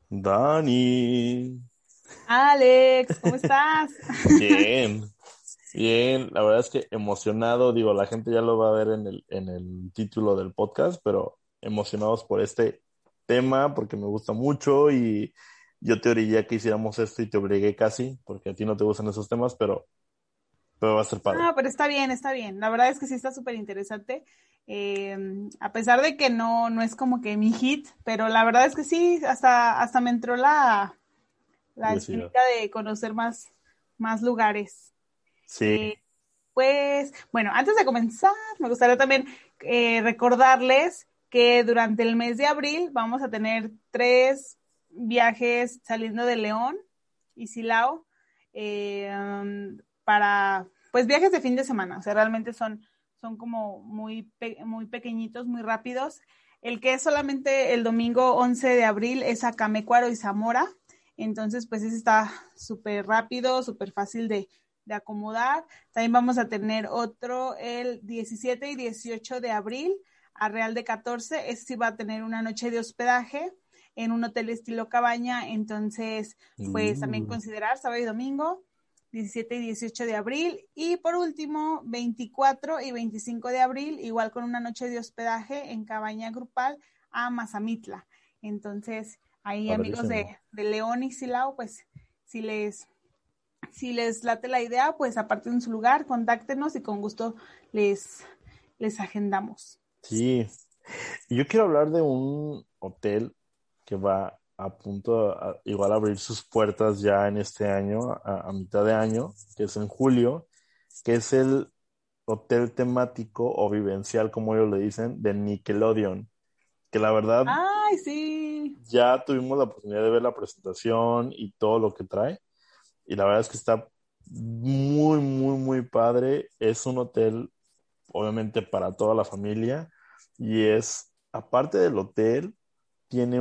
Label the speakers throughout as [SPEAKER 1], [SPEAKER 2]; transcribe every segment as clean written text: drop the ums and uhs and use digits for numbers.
[SPEAKER 1] Dani,
[SPEAKER 2] Alex, ¿cómo estás?
[SPEAKER 1] bien, bien, la verdad es que emocionado, digo, la gente ya lo va a ver en el título del podcast, pero emocionados por este tema porque me gusta mucho y yo te orillé que hiciéramos esto y te obligué casi, porque a ti no te gustan esos temas, pero va a ser padre.
[SPEAKER 2] Ah, pero está bien, está bien. La verdad es que sí está súper interesante. A pesar de que no es como que mi hit, pero la verdad es que sí, hasta me entró la
[SPEAKER 1] Curiosidad.
[SPEAKER 2] espinita de conocer más lugares.
[SPEAKER 1] Sí,
[SPEAKER 2] Eh, pues, bueno, antes de comenzar, me gustaría también recordarles que durante el mes de abril vamos a tener 3 viajes saliendo de León y Silao para, pues, viajes de fin de semana. O sea, realmente son como muy pequeñitos, muy rápidos. El que es solamente el domingo 11 de abril es a Camécuaro y Zamora. Entonces, pues ese está súper rápido, súper fácil de acomodar. También vamos a tener otro el 17 y 18 de abril a Real de 14. Este sí va a tener una noche de hospedaje en un hotel estilo cabaña. Entonces, pues también
[SPEAKER 1] uh,
[SPEAKER 2] considerar sábado y domingo, 17 y 18 de abril. Y por último, 24 y 25 de abril, igual con una noche de hospedaje en cabaña grupal a Mazamitla. Entonces, ahí amigos
[SPEAKER 1] padrísimo.
[SPEAKER 2] de León y Silao, pues si les late la idea, pues aparten su lugar, contáctenos y con gusto les agendamos.
[SPEAKER 1] Sí, y yo quiero hablar de un hotel que va a punto igual a abrir sus puertas ya en este año, a mitad de año, que es en julio, que es el hotel temático o vivencial, como ellos le dicen, de Nickelodeon, que la verdad
[SPEAKER 2] Ay, sí.
[SPEAKER 1] ya tuvimos la oportunidad de ver la presentación y todo lo que trae, y la verdad es que está muy, muy, muy padre. Es un hotel, obviamente, para toda la familia, y es, aparte del hotel, tiene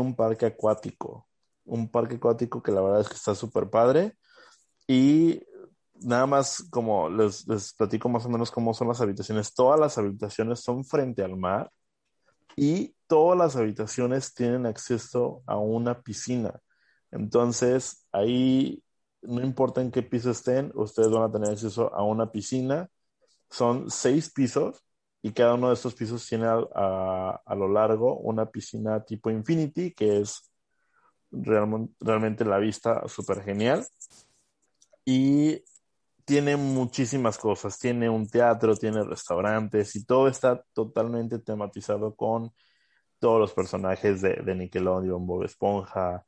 [SPEAKER 1] un parque acuático que la verdad es que está súper padre. Y nada más como les platico más o menos cómo son las habitaciones. Todas las habitaciones son frente al mar y todas las habitaciones tienen acceso a una piscina. Entonces, ahí no importa en qué piso estén, ustedes van a tener acceso a una piscina. Son 6 pisos y cada uno de estos pisos tiene a lo largo una piscina tipo Infinity, que es realmente la vista súper genial. Y tiene muchísimas cosas. Tiene un teatro, tiene restaurantes y todo está totalmente tematizado con todos los personajes de Nickelodeon, Bob Esponja,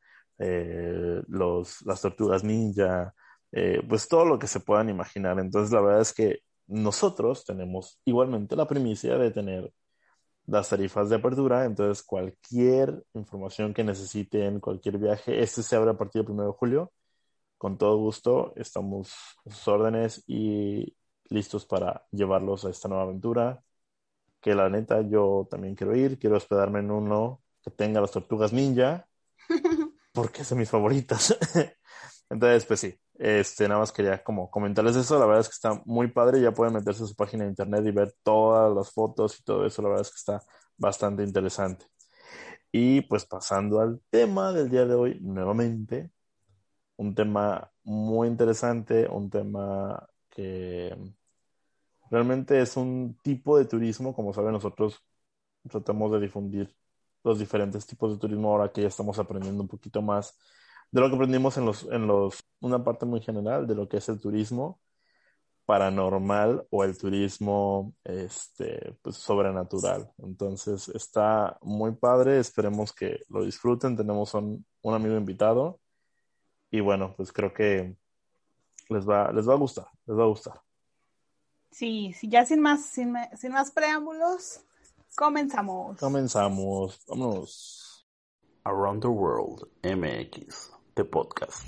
[SPEAKER 1] las tortugas ninja, pues todo lo que se puedan imaginar. Entonces, la verdad es que nosotros tenemos igualmente la primicia de tener las tarifas de apertura. Entonces, cualquier información que necesiten, cualquier viaje, este se abre a partir del 1 de julio. Con todo gusto, estamos a sus órdenes y listos para llevarlos a esta nueva aventura. Que la neta, yo también quiero ir, quiero hospedarme en uno que tenga las tortugas ninja, porque son mis favoritas. Entonces, pues sí, nada más quería como comentarles eso. La verdad es que está muy padre. Ya pueden meterse a su página de internet y ver todas las fotos y todo eso. La verdad es que está bastante interesante. Y pues pasando al tema del día de hoy, nuevamente, un tema muy interesante, un tema que realmente es un tipo de turismo. Como saben, nosotros tratamos de difundir los diferentes tipos de turismo ahora que ya estamos aprendiendo un poquito más de lo que aprendimos una parte muy general de lo que es el turismo paranormal o el turismo, pues sobrenatural. Entonces está muy padre, esperemos que lo disfruten. Tenemos un amigo invitado y bueno, pues creo que les va a gustar, les va a gustar.
[SPEAKER 2] Sí, sí, ya sin más preámbulos, comenzamos.
[SPEAKER 1] Comenzamos, vámonos. Around the World MX, The Podcast.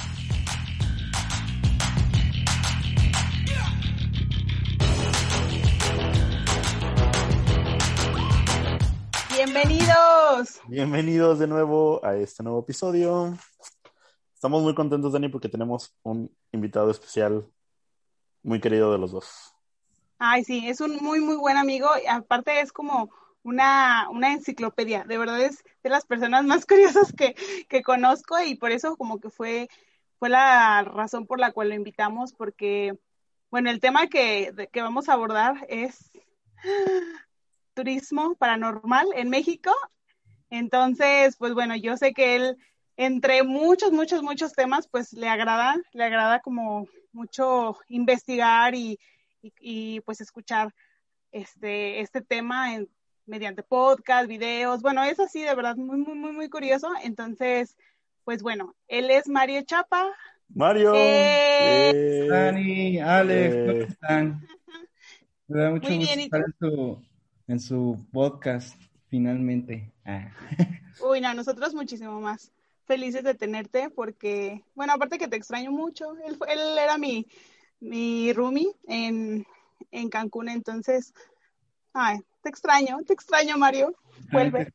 [SPEAKER 2] Bienvenidos.
[SPEAKER 1] Bienvenidos de nuevo a este nuevo episodio. Estamos muy contentos, Dani, porque tenemos un invitado especial muy querido de los dos.
[SPEAKER 2] Ay, sí, es un muy buen amigo. Y aparte es como una enciclopedia. De verdad es de las personas más curiosas que conozco, y por eso como que fue la razón por la cual lo invitamos, porque, bueno, el tema que vamos a abordar es turismo paranormal en México. Entonces, pues bueno, yo sé que él, entre muchos temas, pues le agrada como mucho investigar y pues escuchar este tema mediante podcast, videos. Bueno, es así de verdad muy curioso. Entonces, pues bueno, él es Mario Chapa.
[SPEAKER 1] Mario.
[SPEAKER 3] Dani, Alex, ¿cómo están? Me da mucho
[SPEAKER 2] Muy
[SPEAKER 3] gusto
[SPEAKER 2] bien, ¿y tú?
[SPEAKER 3] estar en su podcast, finalmente.
[SPEAKER 2] Uy, no, nosotros muchísimo más felices de tenerte porque, bueno, aparte que te extraño mucho, él era mi roomie en Cancún, entonces, ay, te extraño, Mario, vuelve.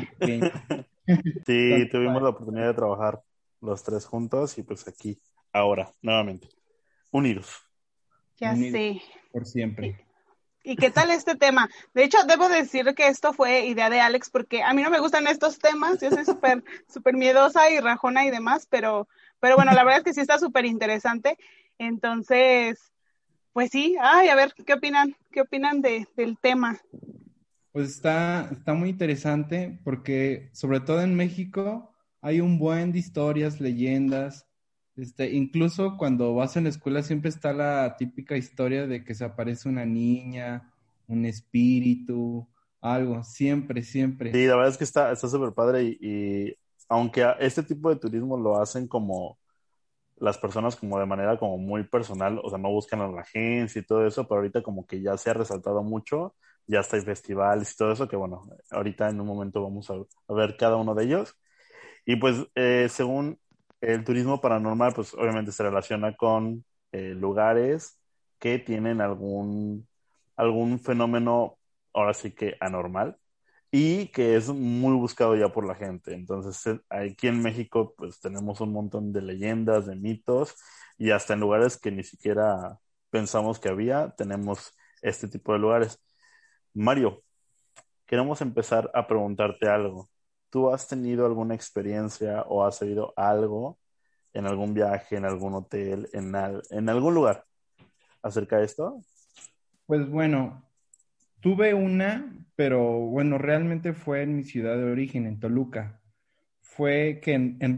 [SPEAKER 1] Sí, tuvimos la oportunidad de trabajar los tres juntos y pues aquí, ahora, nuevamente, unidos.
[SPEAKER 2] Ya
[SPEAKER 3] Unidos
[SPEAKER 2] sé.
[SPEAKER 3] por siempre.
[SPEAKER 2] ¿Y qué tal este tema? De hecho, debo decir que esto fue idea de Alex, porque a mí no me gustan estos temas, yo soy súper miedosa y rajona y demás, pero bueno, la verdad es que sí está súper interesante. Entonces, pues sí, ay, a ver, ¿qué opinan? ¿Qué opinan del tema?
[SPEAKER 3] Pues está muy interesante porque, sobre todo en México, hay un buen de historias, leyendas. Incluso cuando vas en la escuela siempre está la típica historia de que se aparece una niña, un espíritu, algo, siempre.
[SPEAKER 1] Sí, la verdad es que está súper padre y aunque este tipo de turismo lo hacen como las personas como de manera como muy personal, o sea, no buscan a la agencia y todo eso, pero ahorita como que ya se ha resaltado mucho, ya está hay festivales y todo eso, que bueno, ahorita en un momento vamos a ver cada uno de ellos. Y pues según el turismo paranormal, pues obviamente se relaciona con lugares que tienen algún fenómeno, ahora sí que anormal, y que es muy buscado ya por la gente. Entonces, aquí en México, pues tenemos un montón de leyendas, de mitos, y hasta en lugares que ni siquiera pensamos que había, tenemos este tipo de lugares. Mario, queremos empezar a preguntarte algo. ¿Tú has tenido alguna experiencia o has oído algo en algún viaje, en algún hotel, en algún lugar acerca de esto?
[SPEAKER 3] Pues bueno, tuve una, pero bueno, realmente fue en mi ciudad de origen, en Toluca. Fue que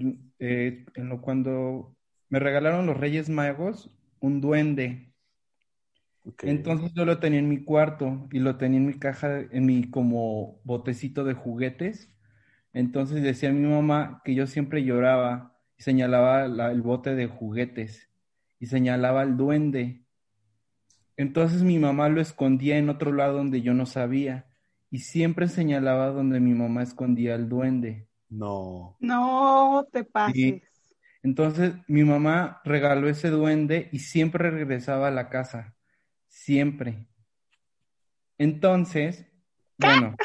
[SPEAKER 3] cuando me regalaron los Reyes Magos un duende.
[SPEAKER 1] Ok.
[SPEAKER 3] Entonces yo lo tenía en mi cuarto y lo tenía en mi caja, en mi como botecito de juguetes. Entonces decía mi mamá que yo siempre lloraba y señalaba el bote de juguetes y señalaba al duende. Entonces mi mamá lo escondía en otro lado donde yo no sabía y siempre señalaba donde mi mamá escondía el duende.
[SPEAKER 1] No.
[SPEAKER 2] No te pases.
[SPEAKER 3] Y entonces mi mamá regaló ese duende y siempre regresaba a la casa, siempre. Entonces, bueno,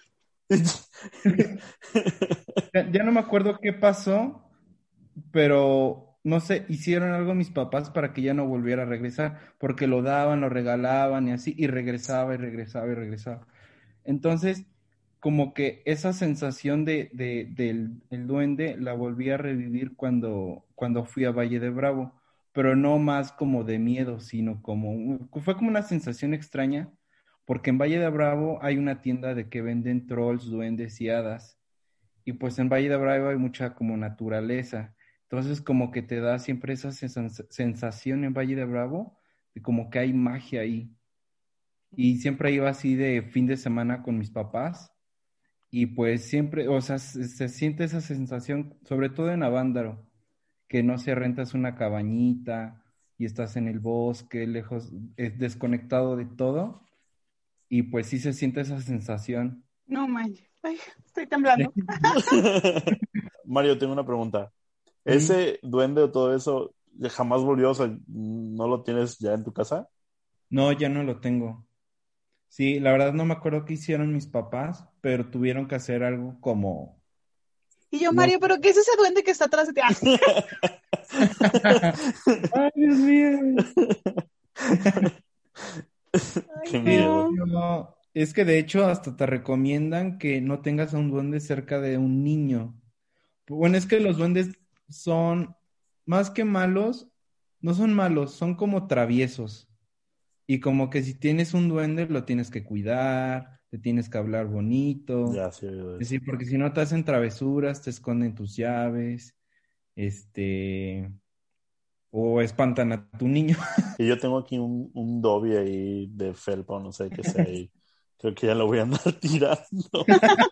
[SPEAKER 3] ya no me acuerdo qué pasó, pero no sé, hicieron algo mis papás para que ya no volviera a regresar, porque lo daban, lo regalaban y así, y regresaba y regresaba y regresaba. Entonces, como que esa sensación del el duende la volví a revivir cuando fui a Valle de Bravo, pero no más como de miedo, sino fue como una sensación extraña, porque en Valle de Bravo hay una tienda de que venden trolls, duendes y hadas, y pues en Valle de Bravo hay mucha como naturaleza, entonces como que te da siempre esa sensación en Valle de Bravo, de como que hay magia ahí. Y siempre iba así de fin de semana con mis papás y pues siempre, o sea, se siente esa sensación, sobre todo en Avándaro, que no se rentas una cabañita y estás en el bosque, lejos, desconectado de todo y pues sí se siente esa sensación.
[SPEAKER 2] No manches. Ay, estoy temblando.
[SPEAKER 1] Mario, tengo una pregunta.
[SPEAKER 3] Ujú.
[SPEAKER 1] ¿Ese duende o todo eso jamás volvió? O sea, ¿no lo tienes ya en tu casa?
[SPEAKER 3] No, ya no lo tengo. Sí, la verdad no me acuerdo qué hicieron mis papás, pero tuvieron que hacer algo como,
[SPEAKER 2] Y yo,
[SPEAKER 3] no
[SPEAKER 2] Mario, ¿pero qué es ese duende que está atrás de ti? Ah,
[SPEAKER 3] Ay, Dios mío.
[SPEAKER 1] Qué
[SPEAKER 2] ay,
[SPEAKER 3] Sí,
[SPEAKER 1] miedo.
[SPEAKER 2] no.
[SPEAKER 3] no, Es que de hecho hasta te recomiendan que no tengas a un duende cerca de un niño. Bueno, es que los duendes son más que malos, no son malos, son como traviesos. Y como que si tienes un duende lo tienes que cuidar, te tienes que hablar bonito.
[SPEAKER 1] Ya sí he oído
[SPEAKER 3] Es
[SPEAKER 1] eso.
[SPEAKER 3] decir, porque si no te hacen travesuras, te esconden tus llaves, este, o espantan a tu niño.
[SPEAKER 1] Y yo tengo aquí un Dobby ahí de felpa o no sé qué sea ahí. Creo que ya lo voy a andar tirando.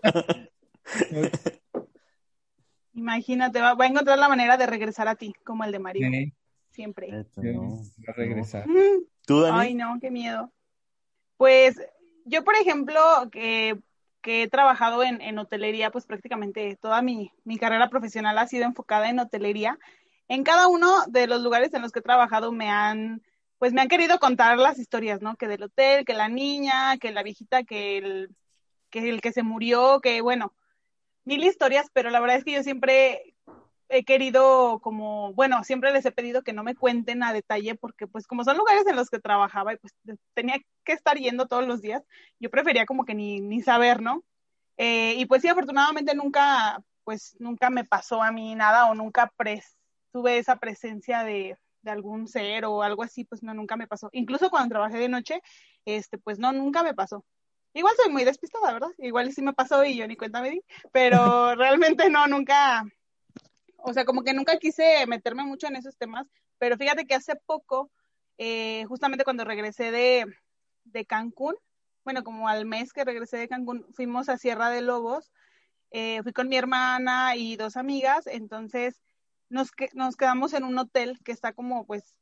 [SPEAKER 2] Imagínate, va a encontrar la manera de regresar a ti, como el de Mario,
[SPEAKER 3] Sí,
[SPEAKER 2] siempre.
[SPEAKER 1] No,
[SPEAKER 3] va a
[SPEAKER 1] no.
[SPEAKER 3] regresar.
[SPEAKER 2] Mm.
[SPEAKER 1] ¿Tú,
[SPEAKER 2] Ay,
[SPEAKER 1] Dani?
[SPEAKER 2] no, qué miedo. Pues yo, por ejemplo, que he trabajado en hotelería, pues prácticamente toda mi carrera profesional ha sido enfocada en hotelería. En cada uno de los lugares en los que he trabajado pues me han querido contar las historias, ¿no? Que del hotel, que la niña, que la viejita, que el que se murió, que bueno, mil historias, pero la verdad es que yo siempre he querido como, bueno, siempre les he pedido que no me cuenten a detalle porque pues como son lugares en los que trabajaba y pues tenía que estar yendo todos los días, yo prefería como que ni saber, ¿no? Y pues sí, afortunadamente nunca me pasó a mí nada o nunca tuve esa presencia de algún ser o algo así, pues no, nunca me pasó. Incluso cuando trabajé de noche, pues no, nunca me pasó. Igual soy muy despistada, ¿verdad? Igual sí me pasó y yo ni cuenta me di, pero realmente no, nunca, o sea, como que nunca quise meterme mucho en esos temas, pero fíjate que hace poco, justamente cuando regresé de Cancún, bueno, como al mes que regresé de Cancún, fuimos a Sierra de Lobos, fui con mi hermana y dos amigas, entonces nos quedamos en un hotel que está como pues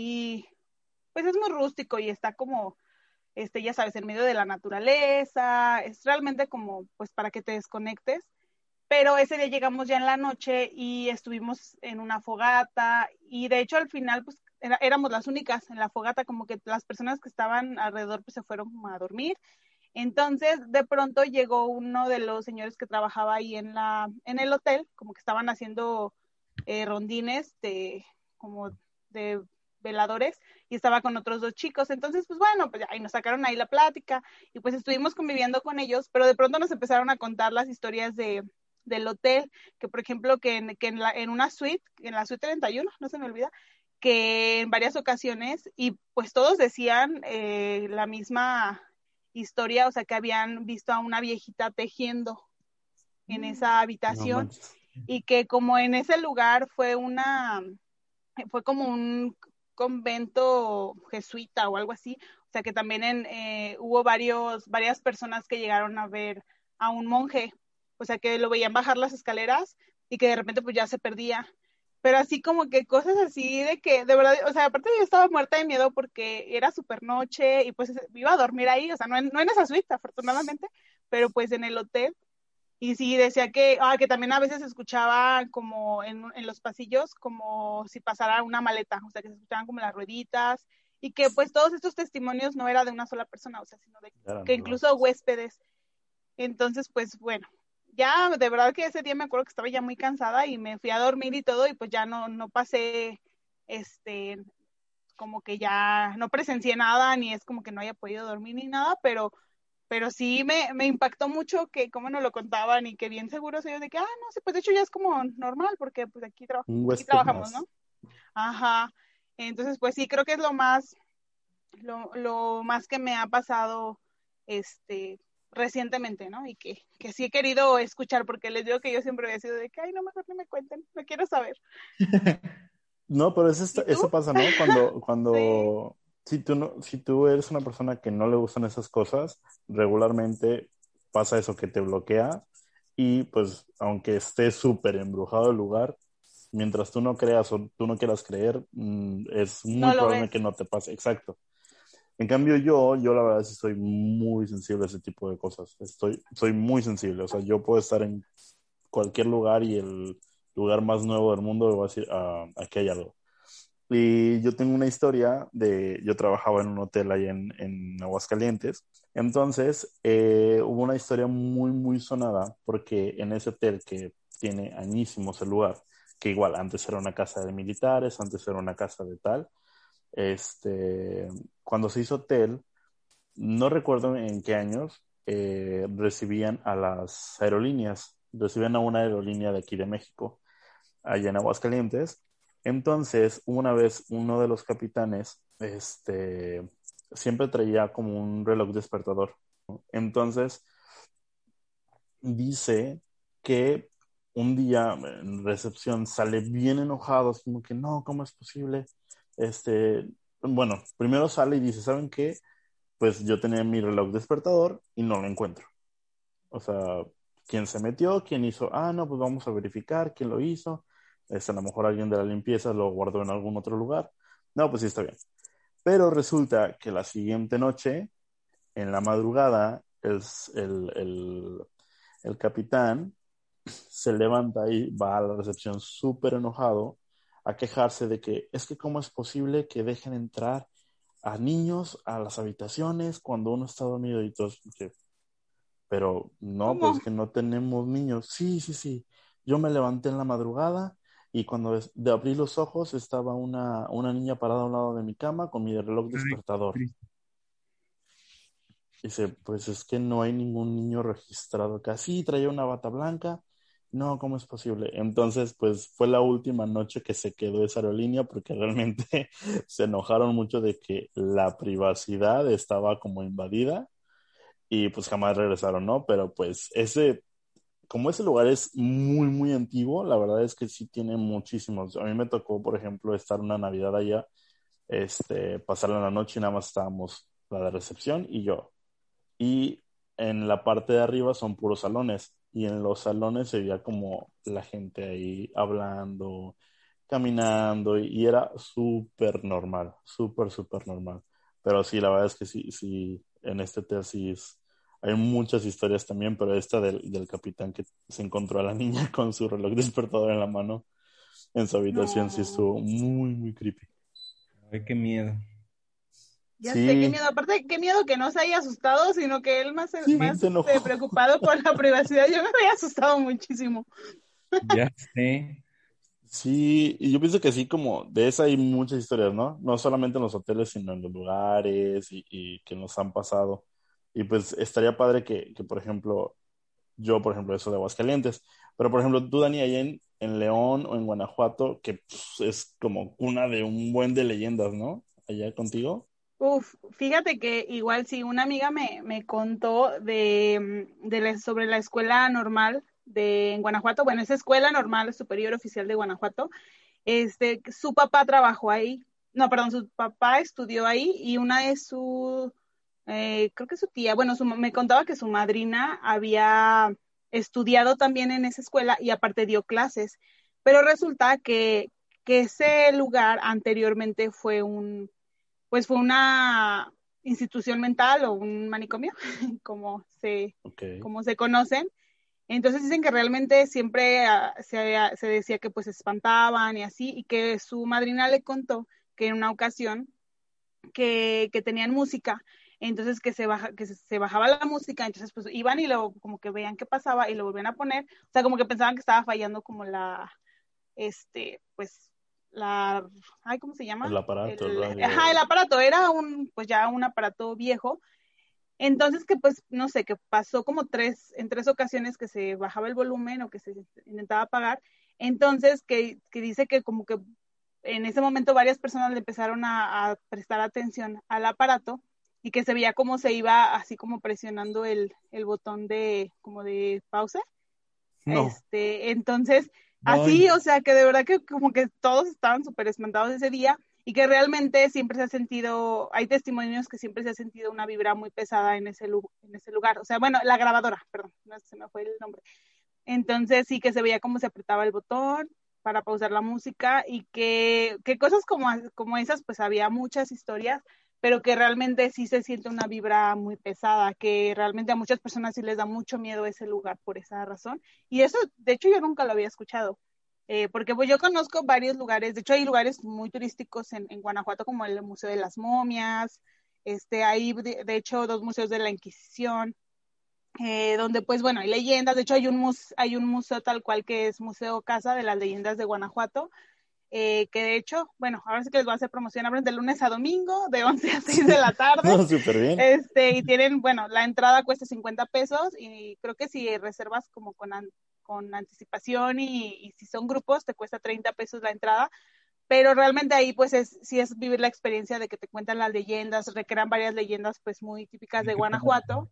[SPEAKER 2] pues es muy rústico y está como, ya sabes, en medio de la naturaleza, es realmente como pues para que te desconectes, pero ese día llegamos ya en la noche y estuvimos en una fogata y de hecho al final pues éramos las únicas en la fogata, como que las personas que estaban alrededor pues se fueron a dormir. Entonces de pronto llegó uno de los señores que trabajaba ahí en el hotel, como que estaban haciendo rondines como de veladores y estaba con otros dos chicos. Entonces, pues bueno, pues ahí nos sacaron ahí la plática y pues estuvimos conviviendo con ellos, pero de pronto nos empezaron a contar las historias del hotel, que por ejemplo, en una suite, en la suite 31, no se me olvida, que en varias ocasiones, y pues todos decían la misma historia, o sea, que habían visto a una viejita tejiendo en esa
[SPEAKER 1] No
[SPEAKER 2] habitación
[SPEAKER 1] manches.
[SPEAKER 2] y que como en ese lugar fue como un convento jesuita o algo así, o sea que también hubo varias personas que llegaron a ver a un monje, o sea que lo veían bajar las escaleras y que de repente pues ya se perdía. Pero así como que cosas así de que, de verdad, o sea, aparte yo estaba muerta de miedo porque era súper noche y pues iba a dormir ahí, o sea, no en esa suite, afortunadamente, pero pues en el hotel. Y sí, decía que también a veces se escuchaba como en los pasillos, como si pasara una maleta, o sea, que se escuchaban como las rueditas, y que pues todos estos testimonios no era de una sola persona, o sea, sino de
[SPEAKER 1] Eran
[SPEAKER 2] que incluso
[SPEAKER 1] relatos.
[SPEAKER 2] huéspedes. Entonces, pues bueno, ya de verdad que ese día me acuerdo que estaba ya muy cansada y me fui a dormir y todo, y pues ya no pasé, este, como que ya no presencié nada, ni es como que no haya podido dormir ni nada, pero sí me impactó mucho que cómo nos lo contaban y que bien seguros ellos de que, no sé, pues de hecho ya es como normal porque pues
[SPEAKER 1] Un
[SPEAKER 2] aquí
[SPEAKER 1] huésped
[SPEAKER 2] trabajamos,
[SPEAKER 1] más.
[SPEAKER 2] ¿no? Ajá. Entonces, pues sí, creo que es lo más que me ha pasado, recientemente, ¿no? Y que sí he querido escuchar porque les digo que yo siempre había sido de que, ay, no, mejor no me cuenten, no quiero saber.
[SPEAKER 1] No, pero
[SPEAKER 2] ¿Y tú?
[SPEAKER 1] eso pasa, ¿no?
[SPEAKER 2] Sí.
[SPEAKER 1] Si tú no, si tú eres una persona que no le gustan esas cosas, regularmente pasa eso que te bloquea y pues aunque esté súper embrujado el lugar, mientras tú no creas o tú no quieras creer, es muy
[SPEAKER 2] No lo
[SPEAKER 1] probable
[SPEAKER 2] ves.
[SPEAKER 1] que no te pase. Exacto. En cambio yo la verdad sí soy muy sensible a ese tipo de cosas. Soy muy sensible. O sea, yo puedo estar en cualquier lugar y el lugar más nuevo del mundo me va a decir, aquí hay algo. Y yo tengo una historia yo trabajaba en un hotel ahí en Aguascalientes. Entonces, hubo una historia muy, muy sonada porque en ese hotel que tiene añísimos el lugar, que igual antes era una casa de militares, antes era una casa de tal, este, cuando se hizo hotel, no recuerdo en qué años, recibían a las aerolíneas, recibían a una aerolínea de aquí de México, allá en Aguascalientes. Entonces, una vez uno de los capitanes, siempre traía como un reloj despertador. Entonces, dice que un día en recepción sale bien enojado, así como que no, ¿cómo es posible? Bueno, primero sale y dice, ¿saben qué? Pues yo tenía mi reloj despertador y no lo encuentro. O sea, ¿quién se metió? ¿Quién hizo? Ah, no, pues vamos a verificar quién lo hizo. A lo mejor alguien de la limpieza lo guardó en algún otro lugar. No, pues sí está bien. Pero resulta que la siguiente noche, en la madrugada, el capitán se levanta y va a la recepción súper enojado a quejarse de que es que cómo es posible que dejen entrar a niños a las habitaciones cuando uno está dormido y todo. Pero no, pues
[SPEAKER 2] ¿Cómo?
[SPEAKER 1] es que no tenemos niños. Sí, sí, sí. Yo me levanté en la madrugada y cuando de abrí los ojos estaba una niña parada a un lado de mi cama con mi reloj
[SPEAKER 3] Ay,
[SPEAKER 1] despertador.
[SPEAKER 3] Cristo.
[SPEAKER 1] Dice, pues es que no hay ningún niño registrado acá. Sí, traía una bata blanca. No, ¿cómo es posible? Entonces, pues fue la última noche que se quedó esa aerolínea porque realmente se enojaron mucho de que la privacidad estaba como invadida y pues jamás regresaron, ¿no? Pero pues como ese lugar es muy, muy antiguo, la verdad es que sí tiene muchísimos. A mí me tocó, por ejemplo, estar una Navidad allá, pasarla la noche y nada más estábamos la de recepción y yo. Y en la parte de arriba son puros salones. Y en los salones se veía como la gente ahí hablando, caminando, y era súper normal, súper, súper normal. Pero sí, la verdad es que sí, sí, en este tesis hay muchas historias también, pero esta del capitán que se encontró a la niña con su reloj despertador en la mano en su habitación sí
[SPEAKER 2] No.
[SPEAKER 1] estuvo muy, muy creepy.
[SPEAKER 3] Ay, qué miedo.
[SPEAKER 2] Ya sé, qué
[SPEAKER 1] Sí,
[SPEAKER 2] miedo. Aparte, qué miedo que no se haya asustado, sino que él más,
[SPEAKER 1] sí,
[SPEAKER 2] más
[SPEAKER 1] se enojó.
[SPEAKER 2] preocupado por la privacidad. Yo me había asustado muchísimo.
[SPEAKER 3] Ya sé.
[SPEAKER 1] Sí, y yo pienso que así como de esa hay muchas historias, ¿no? No solamente en los hoteles, sino en los lugares y que nos han pasado. Y pues estaría padre por ejemplo, yo, por ejemplo, eso de Aguascalientes, pero por ejemplo, tú, Dani, allá en León o en Guanajuato, que pues, es como cuna de un buen de leyendas, ¿no? Allá contigo.
[SPEAKER 2] Uf, fíjate que igual sí, una amiga me contó sobre la escuela normal de en Guanajuato, bueno, esa escuela normal superior oficial de Guanajuato, su papá trabajó ahí, no, perdón, su papá estudió ahí y una de creo que su tía, bueno, me contaba que su madrina había estudiado también en esa escuela y aparte dio clases, pero resulta que ese lugar anteriormente pues fue una institución mental o un manicomio, como
[SPEAKER 1] Ok.
[SPEAKER 2] como se conocen. Entonces dicen que realmente siempre se decía que pues se espantaban y así, y que su madrina le contó que en una ocasión que tenían música, entonces se bajaba la música, entonces pues iban y como que veían qué pasaba y lo volvían a poner, o sea, como que pensaban que estaba fallando como pues la, ay, ¿cómo se
[SPEAKER 1] El
[SPEAKER 2] llama?
[SPEAKER 1] aparato, el
[SPEAKER 2] Ajá, el
[SPEAKER 1] radio.
[SPEAKER 2] aparato era pues ya un aparato viejo, entonces que pues, no sé, que pasó como en tres ocasiones que se bajaba el volumen o que se intentaba apagar, entonces que dice que como que en ese momento varias personas le empezaron a prestar atención al aparato y que se veía cómo se iba así como presionando el botón como de pausa.
[SPEAKER 1] No.
[SPEAKER 2] Entonces,
[SPEAKER 3] Ay,
[SPEAKER 2] así, o sea, que de verdad que como que todos estaban súper espantados ese día y que realmente siempre se ha sentido, hay testimonios que siempre se ha sentido una vibra muy pesada en en ese lugar. O sea, bueno, la grabadora, perdón, no se me fue el nombre. Entonces sí que se veía cómo se apretaba el botón para pausar la música y que cosas como esas, pues había muchas historias, pero que realmente sí se siente una vibra muy pesada, que realmente a muchas personas sí les da mucho miedo ese lugar por esa razón. Y eso, de hecho, yo nunca lo había escuchado. Porque pues yo conozco varios lugares, de hecho hay lugares muy turísticos en Guanajuato como el Museo de las Momias, hay de hecho dos museos de la Inquisición, donde pues bueno, hay leyendas, de hecho hay un museo tal cual que es Museo Casa de las Leyendas de Guanajuato, que de hecho, bueno, ahora sí que les voy a hacer promoción, abren de lunes a domingo, de 11 a 6 de la tarde.
[SPEAKER 1] No, súper bien.
[SPEAKER 2] Y tienen, bueno, la entrada cuesta 50 pesos y creo que si reservas como con anticipación y si son grupos, te cuesta 30 pesos la entrada. Pero realmente ahí pues sí es vivir la experiencia de que te cuentan las leyendas, recrean varias leyendas pues muy típicas de Guanajuato.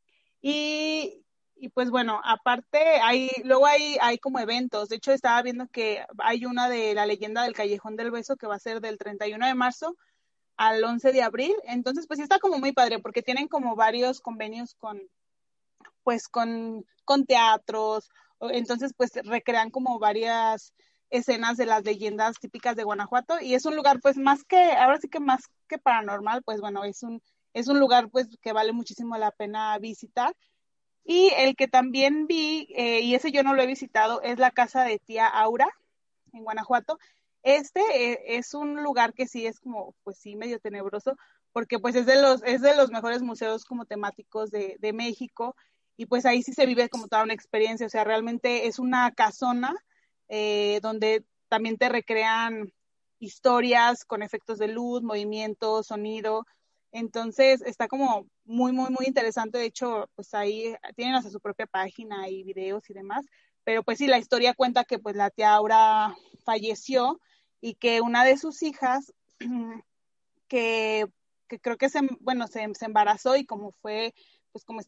[SPEAKER 2] Y pues bueno, aparte luego hay como eventos. De hecho, estaba viendo que hay una de la leyenda del Callejón del Beso que va a ser del 31 de marzo al 11 de abril. Entonces, pues sí está como muy padre porque tienen como varios convenios con teatros. Entonces, pues recrean como varias escenas de las leyendas típicas de Guanajuato y es un lugar pues ahora sí que más que paranormal, pues bueno, es un lugar pues que vale muchísimo la pena visitar. Y el que también vi, y ese yo no lo he visitado, es la casa de tía Aura en Guanajuato. Es un lugar que sí es como, pues sí, medio tenebroso, porque pues es de los mejores museos como temáticos de México, y pues ahí sí se vive como toda una experiencia, o sea, realmente es una casona donde también te recrean historias con efectos de luz, movimiento, sonido. Entonces está como muy, muy, muy interesante. De hecho, pues ahí tienen hasta su propia página y videos y demás. Pero pues sí, la historia cuenta que pues la tía Aura falleció y que una de sus hijas, que, que creo que se embarazó y como fue, pues como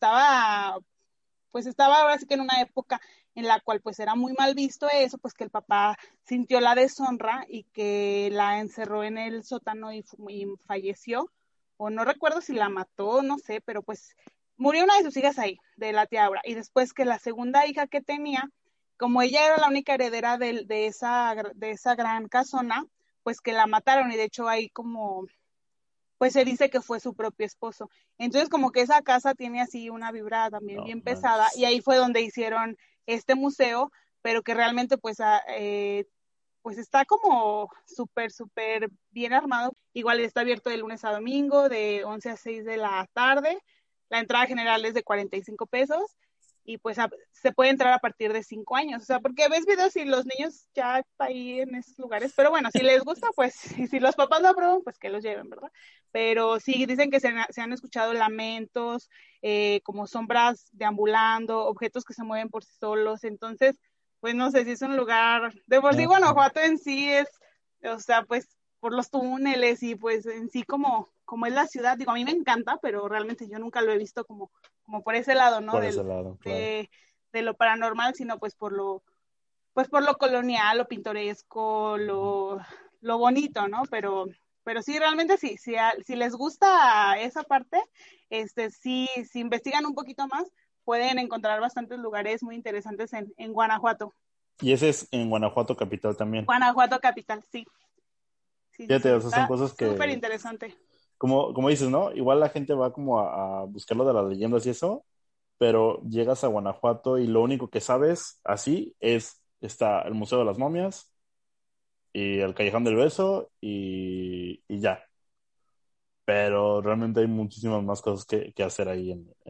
[SPEAKER 2] estaba ahora sí que en una época en la cual pues era muy mal visto eso, pues que el papá sintió la deshonra y que la encerró en el sótano y falleció, o no recuerdo si la mató, no sé, pero pues murió una de sus hijas ahí, de la tía Aura, y después que la segunda hija que tenía, como ella era la única heredera de esa gran casona, pues que la mataron, y de hecho hay como pues se dice que fue su propio esposo. Entonces, como que esa casa tiene así una vibra también
[SPEAKER 1] No
[SPEAKER 2] bien pesada,
[SPEAKER 1] manches.
[SPEAKER 2] y ahí fue donde hicieron este museo, pero que realmente pues está como súper, súper bien armado. Igual está abierto de lunes a domingo, de 11 a 6 de la tarde. La entrada general es de 45 pesos y pues se puede entrar a partir de 5 años. O sea, porque ves videos y los niños ya están ahí en esos lugares. Pero bueno, si les gusta, pues, y si los papás lo aprueban, pues que los lleven, ¿verdad? Pero sí, dicen que se han escuchado lamentos, como sombras deambulando, objetos que se mueven por sí solos. Entonces, pues no sé si es un lugar, de por sí Guanajuato en sí es, o sea, pues por los túneles y pues en sí como es la ciudad, digo, a mí me encanta, pero realmente yo nunca lo he visto como por ese lado, ¿no?
[SPEAKER 1] Por ese lado, claro.
[SPEAKER 2] De lo paranormal, sino pues por lo colonial, lo pintoresco, lo bonito, ¿no? Pero sí, realmente sí, si les gusta esa parte, sí, si investigan un poquito más, pueden encontrar bastantes lugares muy interesantes en Guanajuato.
[SPEAKER 1] Y ese es en Guanajuato capital también.
[SPEAKER 2] Guanajuato capital, sí. Sí, sí,
[SPEAKER 1] Fíjate,
[SPEAKER 2] sí,
[SPEAKER 1] o sea, son
[SPEAKER 2] está
[SPEAKER 1] cosas
[SPEAKER 2] súper
[SPEAKER 1] que,
[SPEAKER 2] interesante.
[SPEAKER 1] como dices, ¿no? Igual la gente va como a buscar lo de las leyendas y eso, pero llegas a Guanajuato y lo único que sabes así está el Museo de las Momias y el Callejón del Beso y ya. Pero realmente hay muchísimas más cosas que hacer ahí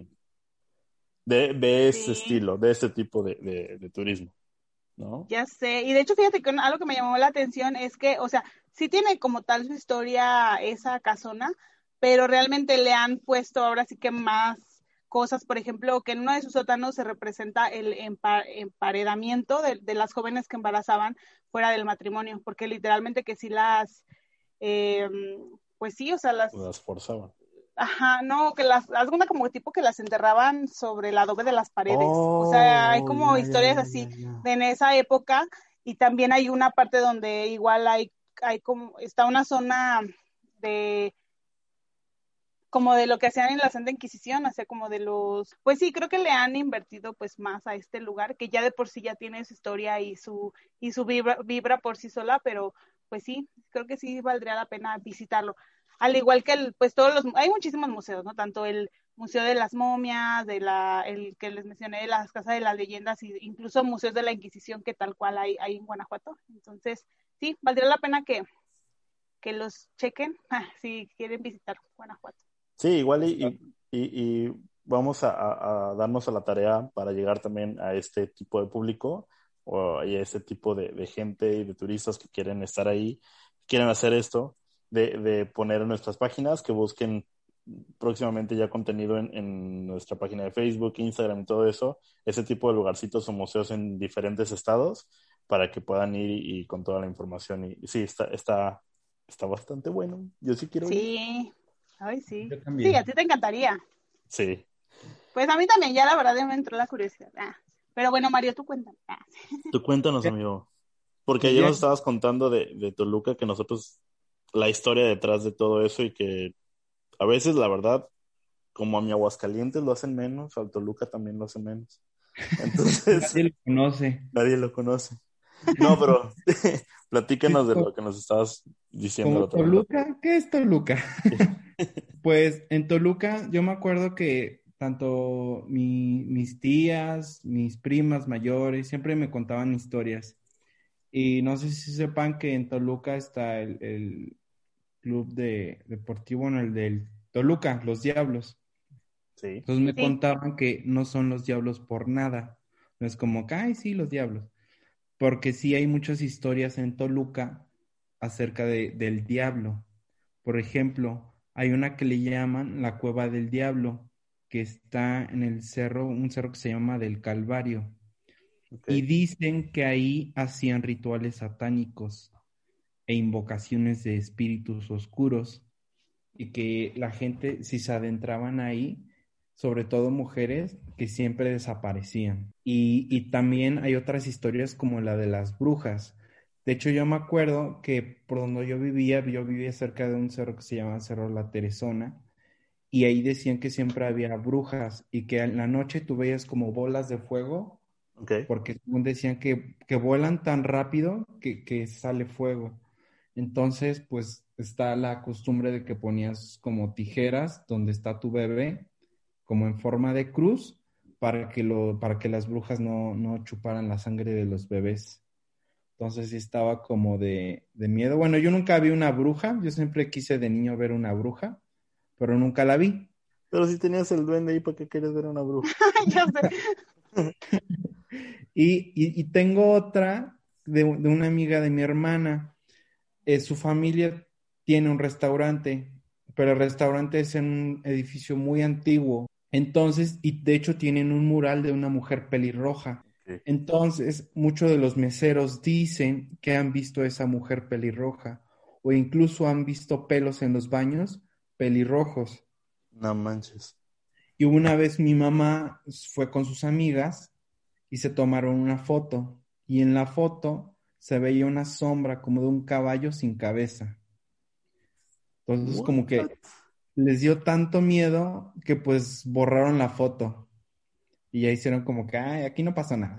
[SPEAKER 1] de ese
[SPEAKER 2] Sí,
[SPEAKER 1] estilo, de ese tipo de turismo, ¿no?
[SPEAKER 2] ya sé. Y de hecho, fíjate que algo que me llamó la atención es que, o sea, sí tiene como tal su historia esa casona, pero realmente le han puesto ahora sí que más cosas. Por ejemplo, que en uno de sus sótanos se representa el emparedamiento de las jóvenes que embarazaban fuera del matrimonio, porque literalmente que sí eh, pues sí, o sea,
[SPEAKER 1] Las forzaban.
[SPEAKER 2] ajá, no, haz cuenta como tipo que las enterraban sobre el adobe de las paredes. O sea, hay
[SPEAKER 1] Oh,
[SPEAKER 2] como
[SPEAKER 1] ya, ya,
[SPEAKER 2] historias
[SPEAKER 1] ya,
[SPEAKER 2] así
[SPEAKER 1] ya, ya.
[SPEAKER 2] de en esa época, y también hay una parte donde igual hay como, está una zona de, como de lo que hacían en la Santa Inquisición, o sea, como pues sí, creo que le han invertido pues más a este lugar, que ya de por sí ya tiene su historia y su vibra por sí sola, pero pues sí, creo que sí valdría la pena visitarlo. Al igual que pues hay muchísimos museos, ¿no? Tanto el Museo de las Momias, el que les mencioné, de las Casas de las Leyendas, e incluso museos de la Inquisición que tal cual hay en Guanajuato. Entonces, sí, valdría la pena que los chequen si quieren visitar Guanajuato.
[SPEAKER 1] Sí, igual y vamos a darnos a la tarea para llegar también a este tipo de público o hay ese tipo de gente y de turistas que quieren estar ahí, quieren hacer esto, de poner en nuestras páginas, que busquen próximamente ya contenido en nuestra página de Facebook, Instagram y todo eso, ese tipo de lugarcitos o museos en diferentes estados para que puedan ir y con toda la información. Y sí, está bastante bueno. Yo sí quiero ir.
[SPEAKER 2] Sí, ay, sí.
[SPEAKER 3] Yo
[SPEAKER 2] Sí, a
[SPEAKER 3] también.
[SPEAKER 2] ti te encantaría.
[SPEAKER 1] Sí.
[SPEAKER 2] Pues a mí también, ya la verdad ya me entró la curiosidad. Pero bueno, Mario, tú cuéntame.
[SPEAKER 1] Tú cuéntanos, amigo. Porque
[SPEAKER 3] Pues
[SPEAKER 1] ayer
[SPEAKER 3] ya,
[SPEAKER 1] nos estabas contando de Toluca, que nosotros, la historia detrás de todo eso y que a veces, la verdad, como a mi Aguascalientes lo hacen menos, al Toluca también lo hacen menos. Entonces,
[SPEAKER 3] nadie lo conoce.
[SPEAKER 1] nadie lo conoce. No, pero platícanos de
[SPEAKER 3] Esto,
[SPEAKER 1] lo que nos estabas diciendo la
[SPEAKER 3] como
[SPEAKER 1] otra vez.
[SPEAKER 3] Toluca, ¿qué es Toluca? Pues en Toluca yo me acuerdo que tanto mis tías, mis primas mayores, siempre me contaban historias. Y no sé si sepan que en Toluca está el club deportivo, en el del Toluca, los Diablos.
[SPEAKER 1] Sí,
[SPEAKER 3] Entonces me
[SPEAKER 2] Sí,
[SPEAKER 3] contaban que no son los Diablos por nada. No es como que, ay, sí, los Diablos. Porque sí hay muchas historias en Toluca acerca del diablo. Por ejemplo, hay una que le llaman la Cueva del Diablo, que está en el cerro, un cerro que se llama del Calvario.
[SPEAKER 1] ok.
[SPEAKER 3] Y dicen que ahí hacían rituales satánicos e invocaciones de espíritus oscuros y que la gente, si se adentraban ahí, sobre todo mujeres, que siempre desaparecían. Y también hay otras historias como la de las brujas. De hecho, yo me acuerdo que por donde yo vivía cerca de un cerro que se llama Cerro La Teresona, y ahí decían que siempre había brujas y que en la noche tú veías como bolas de fuego,
[SPEAKER 1] Ok.
[SPEAKER 3] porque según decían que vuelan tan rápido que sale fuego. Entonces, pues está la costumbre de que ponías como tijeras donde está tu bebé, como en forma de cruz, para que las brujas no chuparan la sangre de los bebés. Entonces sí estaba como de miedo. Bueno, yo nunca vi una bruja, yo siempre quise de niño ver una bruja, pero nunca la vi.
[SPEAKER 1] Pero si tenías el duende ahí, ¿para qué quieres ver a una bruja?
[SPEAKER 2] ya sé.
[SPEAKER 3] Y tengo otra de una amiga de mi hermana. Su familia tiene un restaurante, pero el restaurante es en un edificio muy antiguo. Entonces, y de hecho tienen un mural de una mujer pelirroja.
[SPEAKER 1] Ok.
[SPEAKER 3] Entonces, muchos de los meseros dicen que han visto a esa mujer pelirroja o incluso han visto pelos en los baños pelirrojos.
[SPEAKER 1] No manches.
[SPEAKER 3] Y una vez mi mamá fue con sus amigas y se tomaron una foto. Y en la foto se veía una sombra como de un caballo sin cabeza. Entonces como
[SPEAKER 1] What?
[SPEAKER 3] que les dio tanto miedo que pues borraron la foto. Y ya hicieron como que, ay, aquí no pasa nada.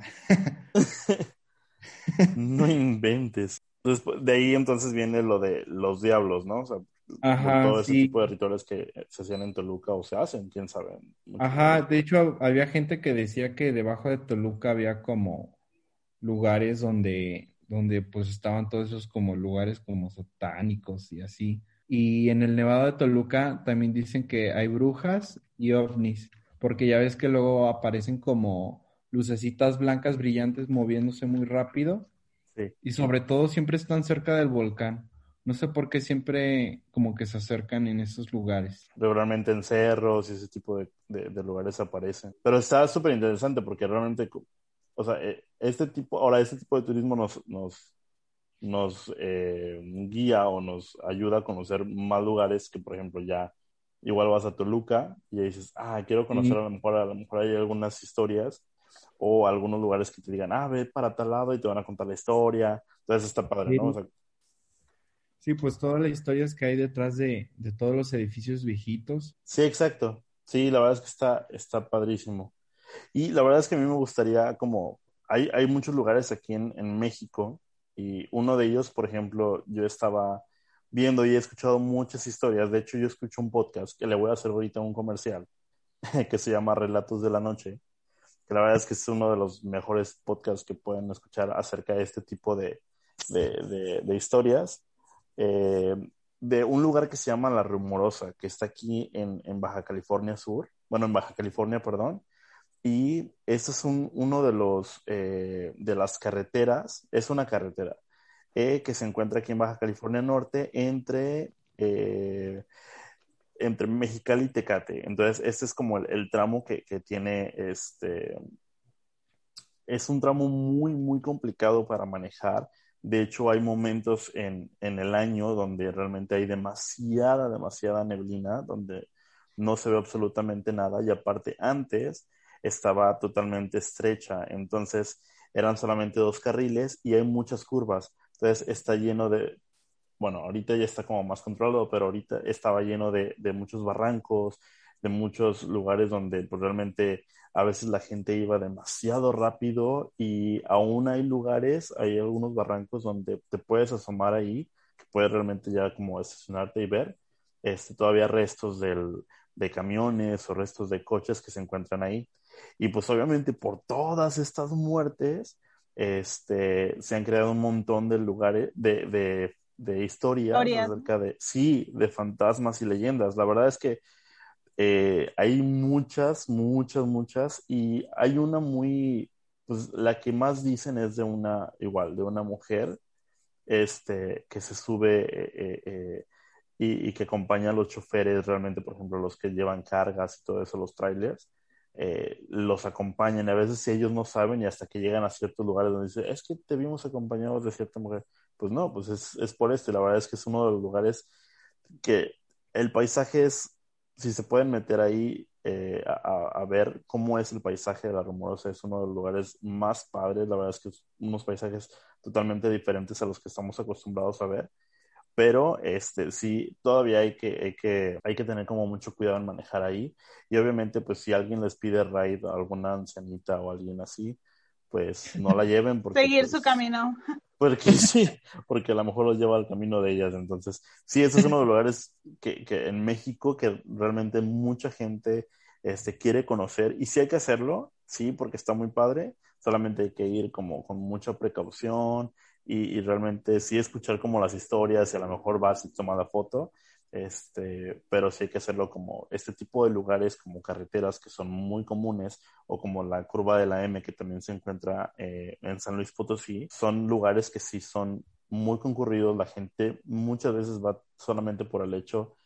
[SPEAKER 1] No inventes. Después, de ahí entonces viene lo de los diablos, ¿no? O sea,
[SPEAKER 3] Ajá,
[SPEAKER 1] todo ese tipo de
[SPEAKER 3] sí.
[SPEAKER 1] rituales que se hacían en Toluca o se hacen, quién sabe, en muchos
[SPEAKER 3] Ajá,
[SPEAKER 1] lugares.
[SPEAKER 3] de hecho había gente que decía que debajo de Toluca había como lugares donde pues estaban todos esos como lugares como satánicos y así. Y en el Nevado de Toluca también dicen que hay brujas y ovnis, porque ya ves que luego aparecen como lucecitas blancas brillantes moviéndose muy rápido
[SPEAKER 1] Sí.
[SPEAKER 3] y sobre todo siempre están cerca del volcán. No sé por qué siempre como que se acercan en esos lugares.
[SPEAKER 1] Regularmente en cerros y ese tipo de lugares aparecen. Pero está súper interesante porque realmente, o sea, este tipo de turismo nos guía o nos ayuda a conocer más lugares que, por ejemplo, ya igual vas a Toluca y ahí dices, quiero conocer
[SPEAKER 3] Sí,
[SPEAKER 1] a lo mejor hay algunas historias o algunos lugares que te digan, ve para tal lado y te van a contar la historia. Entonces está padre, ¿no? O
[SPEAKER 3] sí,
[SPEAKER 1] sea,
[SPEAKER 3] sí, pues todas las historias que hay detrás de todos los edificios viejitos.
[SPEAKER 1] sí, exacto. Sí, la verdad es que está padrísimo. Y la verdad es que a mí me gustaría como, hay muchos lugares aquí en México y uno de ellos, por ejemplo, yo estaba viendo y he escuchado muchas historias. De hecho, yo escucho un podcast que le voy a hacer ahorita un comercial que se llama Relatos de la Noche, que la verdad es que es uno de los mejores podcasts que pueden escuchar acerca de este tipo de historias. Eh, de un lugar que se llama La Rumorosa, que está aquí en Baja California Sur, bueno, en Baja California, perdón, y este es uno de las carreteras, es una carretera que se encuentra aquí en Baja California Norte entre Mexicali y Tecate. Entonces, este es como el tramo que tiene, es un tramo muy, muy complicado para manejar. De hecho, hay momentos en el año donde realmente hay demasiada neblina, donde no se ve absolutamente nada. Y aparte, antes estaba totalmente estrecha. Entonces, eran solamente 2 carriles y hay muchas curvas. Entonces, está lleno de, bueno, ahorita ya está como más controlado, pero ahorita estaba lleno de muchos barrancos, de muchos lugares donde pues, realmente a veces la gente iba demasiado rápido y aún hay lugares, hay algunos barrancos donde te puedes asomar ahí, que puedes realmente ya como estacionarte y ver, todavía restos de camiones o restos de coches que se encuentran ahí. Y pues obviamente por todas estas muertes, se han creado un montón de lugares, de historias
[SPEAKER 2] Historias, ¿no?
[SPEAKER 1] acerca de, sí, de fantasmas y leyendas. La verdad es que hay muchas, y hay una pues la que más dicen es de una mujer, que se sube y que acompaña a los choferes, realmente, por ejemplo, los que llevan cargas y todo eso, los trailers, los acompañan. A veces si ellos no saben y hasta que llegan a ciertos lugares donde dicen, es que te vimos acompañados de cierta mujer. Pues no, pues es por esto. Y la verdad es que es uno de los lugares que el paisaje es, si se pueden meter ahí a ver cómo es el paisaje de La Rumorosa, es uno de los lugares más padres. La verdad es que es unos paisajes totalmente diferentes a los que estamos acostumbrados a ver, pero sí, todavía hay que tener como mucho cuidado en manejar ahí, y obviamente pues si alguien les pide ride a alguna ancianita o alguien así, pues no la lleven
[SPEAKER 2] Seguir su camino.
[SPEAKER 1] porque sí, porque a lo mejor los lleva al camino de ellas. Entonces, sí, ese es uno de los lugares que en México que realmente mucha gente quiere conocer, y sí hay que hacerlo, sí, porque está muy padre, solamente hay que ir como con mucha precaución y realmente sí escuchar como las historias y a lo mejor vas y tomas la foto, pero sí hay que hacerlo como este tipo de lugares como carreteras que son muy comunes, o como la curva de la M que también se encuentra en San Luis Potosí. Son lugares que sí son muy concurridos. La gente muchas veces va solamente por el hecho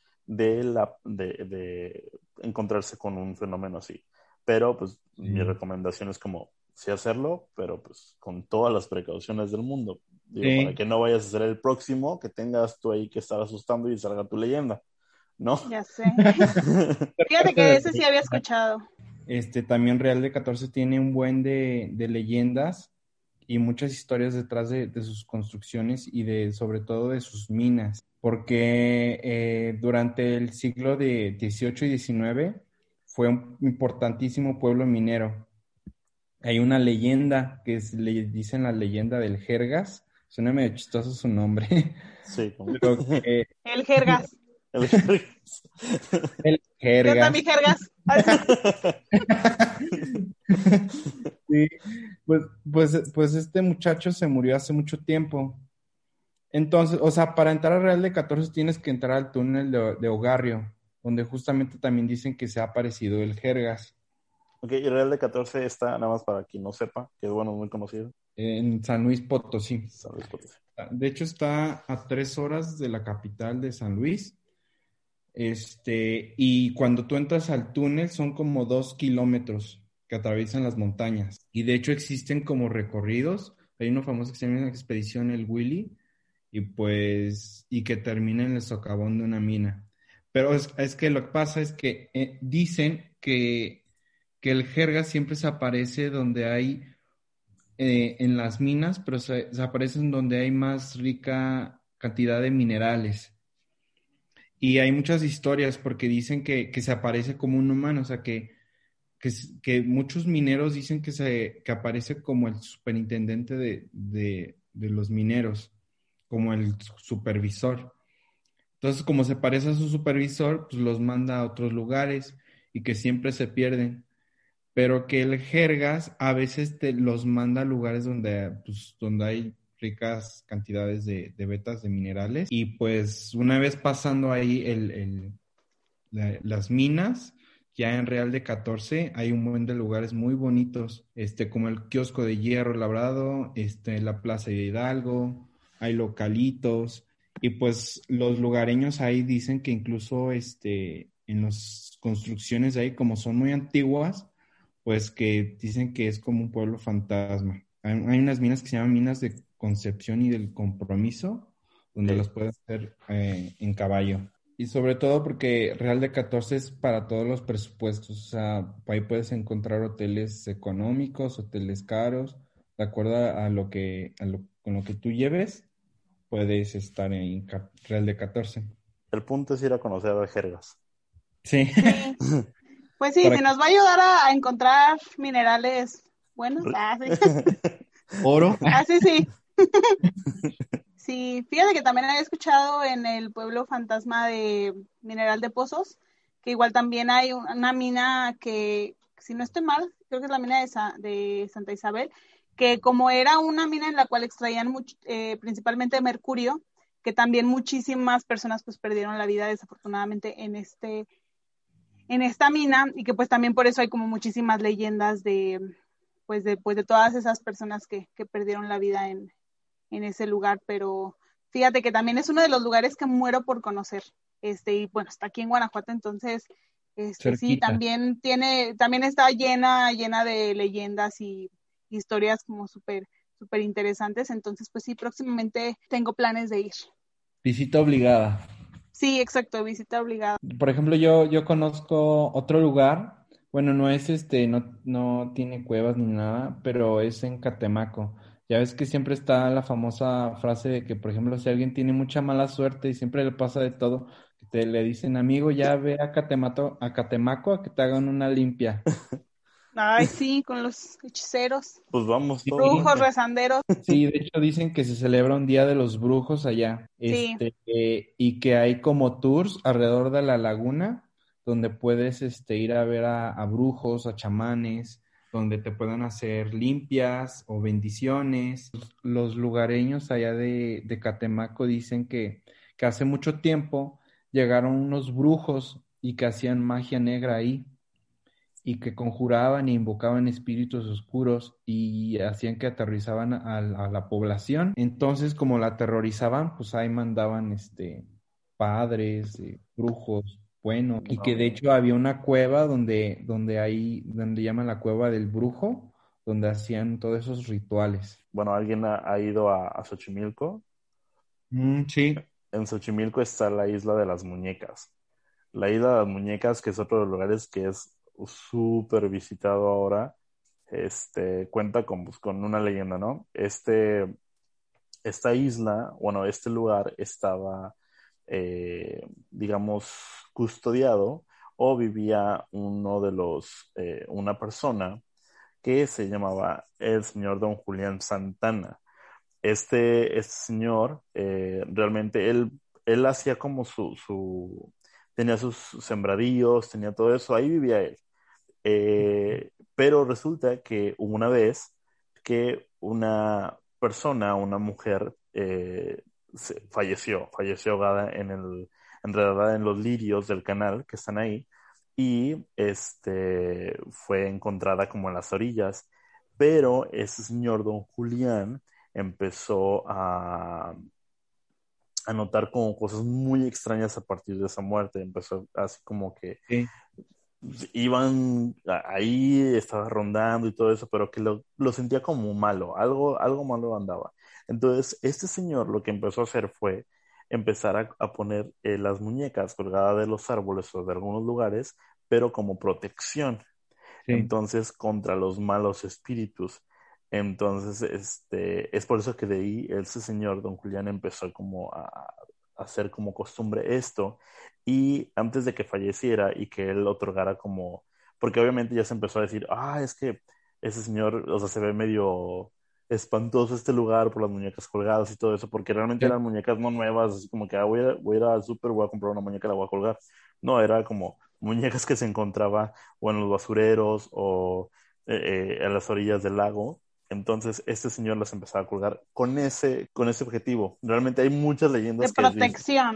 [SPEAKER 1] de encontrarse con un fenómeno así. Pero pues mi
[SPEAKER 3] Sí.
[SPEAKER 1] recomendación es como sí hacerlo, pero pues con todas las precauciones del mundo. Digo, para
[SPEAKER 3] Sí.
[SPEAKER 1] que no vayas a ser el próximo que tengas tú ahí que estar asustando y salga tu leyenda, ¿no?
[SPEAKER 2] Ya sé. Fíjate
[SPEAKER 3] Aparte
[SPEAKER 2] que
[SPEAKER 3] de
[SPEAKER 2] ese sí había escuchado.
[SPEAKER 3] también Real de 14 tiene un buen de leyendas y muchas historias detrás de sus construcciones y sobre todo de sus minas, porque durante el siglo de 18 y 19 fue un importantísimo pueblo minero. Hay una leyenda le dicen la leyenda del Jergas, suena medio chistoso su nombre,
[SPEAKER 1] Sí, como...
[SPEAKER 3] pero que
[SPEAKER 2] El Jergas.
[SPEAKER 1] El-
[SPEAKER 3] el
[SPEAKER 2] ¿Qué onda, mi
[SPEAKER 3] Jergas.
[SPEAKER 2] Jergas?
[SPEAKER 3] Sí, pues este muchacho se murió hace mucho tiempo. Entonces, o sea, para entrar a Real de 14 tienes que entrar al túnel de Ogarrio, donde justamente también dicen que se ha aparecido el Jergas,
[SPEAKER 1] Ok, y Real de 14 está, nada más para quien no sepa, que es bueno, muy conocido.
[SPEAKER 3] en San Luis Potosí.
[SPEAKER 1] San Luis Potosí.
[SPEAKER 3] De hecho, está a 3 horas de la capital de San Luis. Y cuando tú entras al túnel son como 2 kilómetros que atraviesan las montañas. Y de hecho existen como recorridos. Hay uno famoso que se llama Expedición El Willy y que termina en el socavón de una mina. Pero es que lo que pasa es que dicen que el jerga siempre se aparece donde hay, en las minas, pero se aparecen donde hay más rica cantidad de minerales. Y hay muchas historias porque dicen que se aparece como un humano, o sea, que muchos mineros dicen que aparece como el superintendente de los mineros, como el supervisor. Entonces, como se parece a su supervisor, pues los manda a otros lugares y que siempre se pierden. Pero que el Jergas a veces los manda a lugares donde hay ricas cantidades de vetas de minerales. Y pues una vez pasando ahí las minas, ya en Real de 14 hay un buen de lugares muy bonitos, como el kiosco de Hierro Labrado, la Plaza de Hidalgo, hay localitos, y pues los lugareños ahí dicen que incluso en las construcciones de ahí, como son muy antiguas, pues que dicen que es como un pueblo fantasma. Hay unas minas que se llaman minas de Concepción y del Compromiso, donde
[SPEAKER 1] Sí.
[SPEAKER 3] las puedes hacer en caballo. Y sobre todo porque Real de 14 es para todos los presupuestos. O sea, ahí puedes encontrar hoteles económicos, hoteles caros. De acuerdo con lo que tú lleves, puedes estar en Real de 14.
[SPEAKER 1] El punto es ir a conocer a jergas.
[SPEAKER 3] Sí.
[SPEAKER 2] Sí, pues sí,
[SPEAKER 3] Para
[SPEAKER 2] si nos va a ayudar a encontrar minerales buenos. Ah, sí.
[SPEAKER 3] oro.
[SPEAKER 2] Ah, sí, sí. Sí, fíjate que también había escuchado en el pueblo fantasma de Mineral de Pozos, que igual también hay una mina que, si no estoy mal, creo que es la mina de Santa Isabel, que como era una mina en la cual extraían principalmente mercurio, que también muchísimas personas pues perdieron la vida desafortunadamente en esta mina, y que pues también por eso hay como muchísimas leyendas de todas esas personas que perdieron la vida en ese lugar, pero fíjate que también es uno de los lugares que muero por conocer, y bueno, está aquí en Guanajuato, entonces, sí,
[SPEAKER 3] Cerquita.
[SPEAKER 2] también está llena de leyendas y historias como súper, súper interesantes, entonces, pues sí, próximamente tengo planes de ir.
[SPEAKER 3] Visita obligada.
[SPEAKER 2] Sí, exacto, visita obligada.
[SPEAKER 3] Por ejemplo, yo conozco otro lugar, bueno, no es no tiene cuevas ni nada, pero es en Catemaco. Ya ves que siempre está la famosa frase de que, por ejemplo, si alguien tiene mucha mala suerte y siempre le pasa de todo, que le dicen, amigo, ya ve a Catemaco a que te hagan una limpia.
[SPEAKER 2] Ay, sí, con los hechiceros,
[SPEAKER 1] Pues vamos todos.
[SPEAKER 3] Sí,
[SPEAKER 2] brujos, rezanderos,
[SPEAKER 3] sí, de hecho dicen que se celebra un Día de los Brujos allá,
[SPEAKER 2] sí.
[SPEAKER 3] y que hay como tours alrededor de la laguna donde puedes ir a ver a brujos, a chamanes, donde te puedan hacer limpias o bendiciones. Los lugareños allá de Catemaco dicen que hace mucho tiempo llegaron unos brujos y que hacían magia negra ahí y que conjuraban e invocaban espíritus oscuros y hacían que aterrorizaban a la población. Entonces, como la aterrorizaban, pues ahí mandaban padres, brujos, bueno, y que de
[SPEAKER 1] No.
[SPEAKER 3] hecho había una cueva donde llaman la cueva del brujo, donde hacían todos esos rituales.
[SPEAKER 1] Bueno, ¿alguien ha ido a Xochimilco?
[SPEAKER 3] Sí,
[SPEAKER 1] En Xochimilco está la isla de las muñecas. La isla de las muñecas, que es otro de los lugares que es súper visitado ahora, cuenta con una leyenda, ¿no? Esta isla, bueno, este lugar estaba, digamos, custodiado o vivía una persona que se llamaba el señor Don Julián Santana. Este señor, realmente él hacía como tenía sus sembradíos, tenía todo eso, ahí vivía él. Pero resulta que hubo una vez que una persona, una mujer, falleció ahogada enredada en los lirios del canal que están ahí, y fue encontrada como en las orillas, pero ese señor Don Julián empezó a notar como cosas muy extrañas a partir de esa muerte. Empezó así como que
[SPEAKER 3] sí,
[SPEAKER 1] iban ahí, estaba rondando y todo eso, pero que lo sentía como malo, algo malo andaba. Entonces, este señor lo que empezó a hacer fue empezar a poner las muñecas colgadas de los árboles o de algunos lugares, pero como protección.
[SPEAKER 3] sí.
[SPEAKER 1] Entonces, contra los malos espíritus. Entonces, es por eso que de ahí ese señor, don Julián, empezó como a hacer como costumbre esto, y antes de que falleciera y que él otorgara como, porque obviamente ya se empezó a decir, es que ese señor, o sea, se ve medio espantoso este lugar por las muñecas colgadas y todo eso, porque realmente
[SPEAKER 3] Sí.
[SPEAKER 1] eran muñecas no nuevas, así como que voy a ir al súper, voy a comprar una muñeca, la voy a colgar. No, era como muñecas que se encontraba o en los basureros o en las orillas del lago. Entonces, este señor las empezaba a colgar con ese objetivo. Realmente hay muchas leyendas
[SPEAKER 2] De
[SPEAKER 1] que dicen,
[SPEAKER 2] protección, ¿no?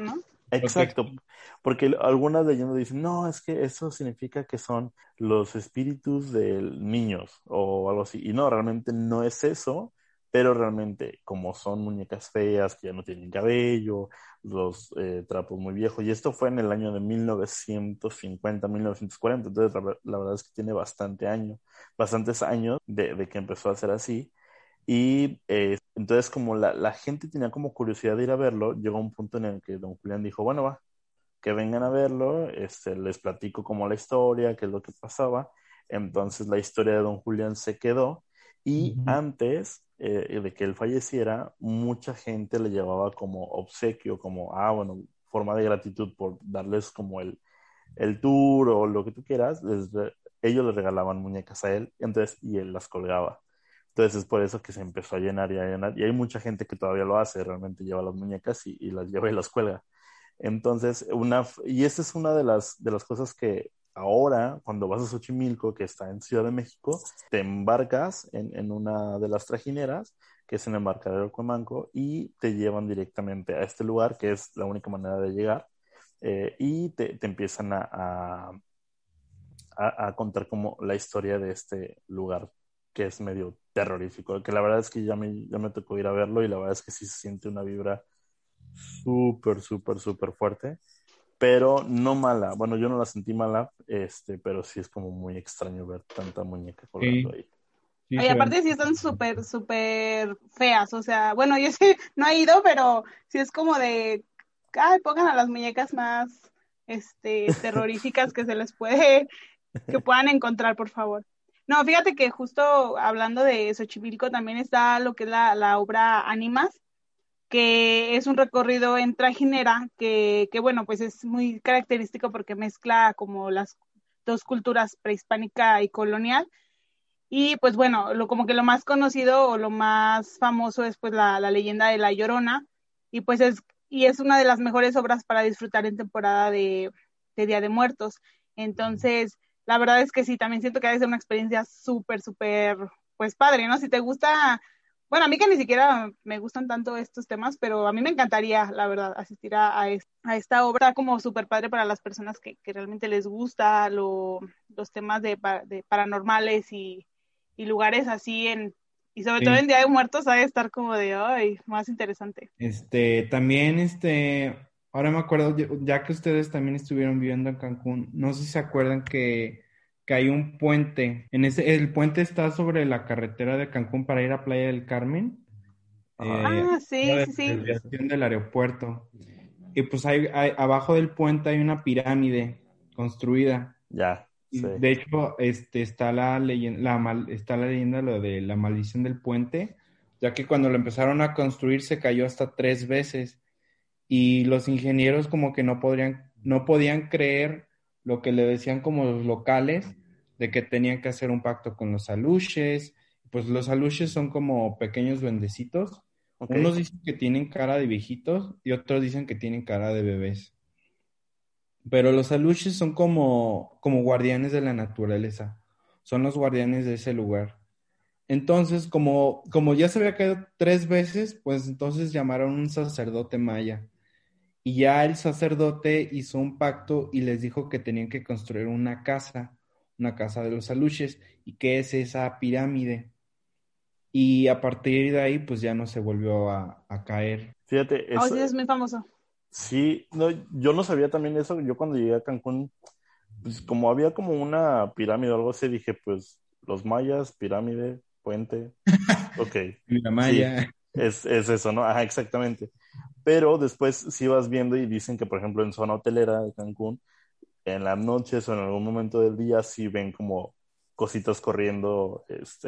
[SPEAKER 1] Exacto, porque algunas leyendas dicen, no, es que eso significa que son los espíritus de niños o algo así. Y no, realmente no es eso, pero realmente como son muñecas feas que ya no tienen cabello, los trapos muy viejos, y esto fue en el año de 1950, 1940, entonces la verdad es que tiene bastantes años de que empezó a ser así. Y entonces como la gente tenía como curiosidad de ir a verlo, llegó un punto en el que don Julián dijo, bueno, va, que vengan a verlo, les platico como la historia, qué es lo que pasaba. Entonces la historia de don Julián se quedó y
[SPEAKER 3] Ujú.
[SPEAKER 1] antes de que él falleciera, mucha gente le llevaba como obsequio, como, bueno, forma de gratitud por darles como el tour o lo que tú quieras, ellos le regalaban muñecas a él, entonces, y él las colgaba. Entonces es por eso que se empezó a llenar y a llenar. Y hay mucha gente que todavía lo hace, realmente lleva las muñecas y las lleva y las cuelga. Entonces, y esta es una de las cosas que ahora, cuando vas a Xochimilco, que está en Ciudad de México, te embarcas en una de las trajineras, que es en el embarcadero Cuemanco, y te llevan directamente a este lugar, que es la única manera de llegar, y te empiezan a contar como la historia de este lugar, que es medio terrorífico, que la verdad es que ya me tocó ir a verlo y la verdad es que sí se siente una vibra súper, súper, súper fuerte, pero no mala. Bueno, yo no la sentí mala, pero sí es como muy extraño ver tanta muñeca colgando
[SPEAKER 3] Sí,
[SPEAKER 1] ahí.
[SPEAKER 3] sí,
[SPEAKER 2] Oye, aparte sí están súper, súper feas, o sea, bueno, yo sí no he ido, pero sí es como de, ay, pongan a las muñecas más, terroríficas que se les puede, que puedan encontrar, por favor. No, fíjate que justo hablando de Xochimilco también está lo que es la obra Ánimas, que es un recorrido en trajinera que bueno, pues es muy característico porque mezcla como las dos culturas prehispánica y colonial. Y pues bueno, como que lo más conocido o lo más famoso es pues la leyenda de La Llorona, y pues es una de las mejores obras para disfrutar en temporada de Día de Muertos. Entonces, la verdad es que sí, también siento que ha de ser una experiencia súper, súper, pues padre, ¿no? Si te gusta, bueno, a mí que ni siquiera me gustan tanto estos temas, pero a mí me encantaría, la verdad, asistir a esta obra como súper padre para las personas que realmente les gusta los temas de paranormales y lugares así y sobre todo
[SPEAKER 3] sí.
[SPEAKER 2] en Día de Muertos ha de estar como de, ay, más interesante.
[SPEAKER 3] También, ahora me acuerdo, ya que ustedes también estuvieron viviendo en Cancún, no sé si se acuerdan que hay un puente. El puente está sobre la carretera de Cancún para ir a Playa del Carmen,
[SPEAKER 1] Ajá,
[SPEAKER 2] Ah,
[SPEAKER 3] la
[SPEAKER 2] sí, sí, sí.
[SPEAKER 3] desviación del aeropuerto. Y pues abajo del puente hay una pirámide construida.
[SPEAKER 1] ya,
[SPEAKER 3] Y
[SPEAKER 1] sí.
[SPEAKER 3] de hecho, está la leyenda, está la leyenda lo de la maldición del puente, ya que cuando lo empezaron a construir se cayó hasta 3 veces y los ingenieros como que no podían creer lo que le decían como los locales de que tenían que hacer un pacto con los aluches. Pues los aluches son como pequeños duendecitos.
[SPEAKER 1] Ok,
[SPEAKER 3] Unos dicen que tienen cara de viejitos y otros dicen que tienen cara de bebés. Pero los aluches son como guardianes de la naturaleza. Son los guardianes de ese lugar. Entonces, como ya se había caído 3 veces, pues entonces llamaron a un sacerdote maya. Y ya el sacerdote hizo un pacto y les dijo que tenían que construir una casa de los aluches, y que es esa pirámide. Y a partir de ahí, pues ya no se volvió a caer.
[SPEAKER 1] fíjate,
[SPEAKER 2] Oh, sí, es muy famoso.
[SPEAKER 1] sí, no, yo no sabía también eso. Yo cuando llegué a Cancún, pues como había como una pirámide o algo así, dije, pues los mayas, pirámide, puente, ok,
[SPEAKER 3] La
[SPEAKER 1] sí,
[SPEAKER 3] maya.
[SPEAKER 1] es eso, ¿no? Ajá, exactamente. Pero después sí vas viendo y dicen que, por ejemplo, en zona hotelera de Cancún, en las noches o en algún momento del día sí ven como cositas corriendo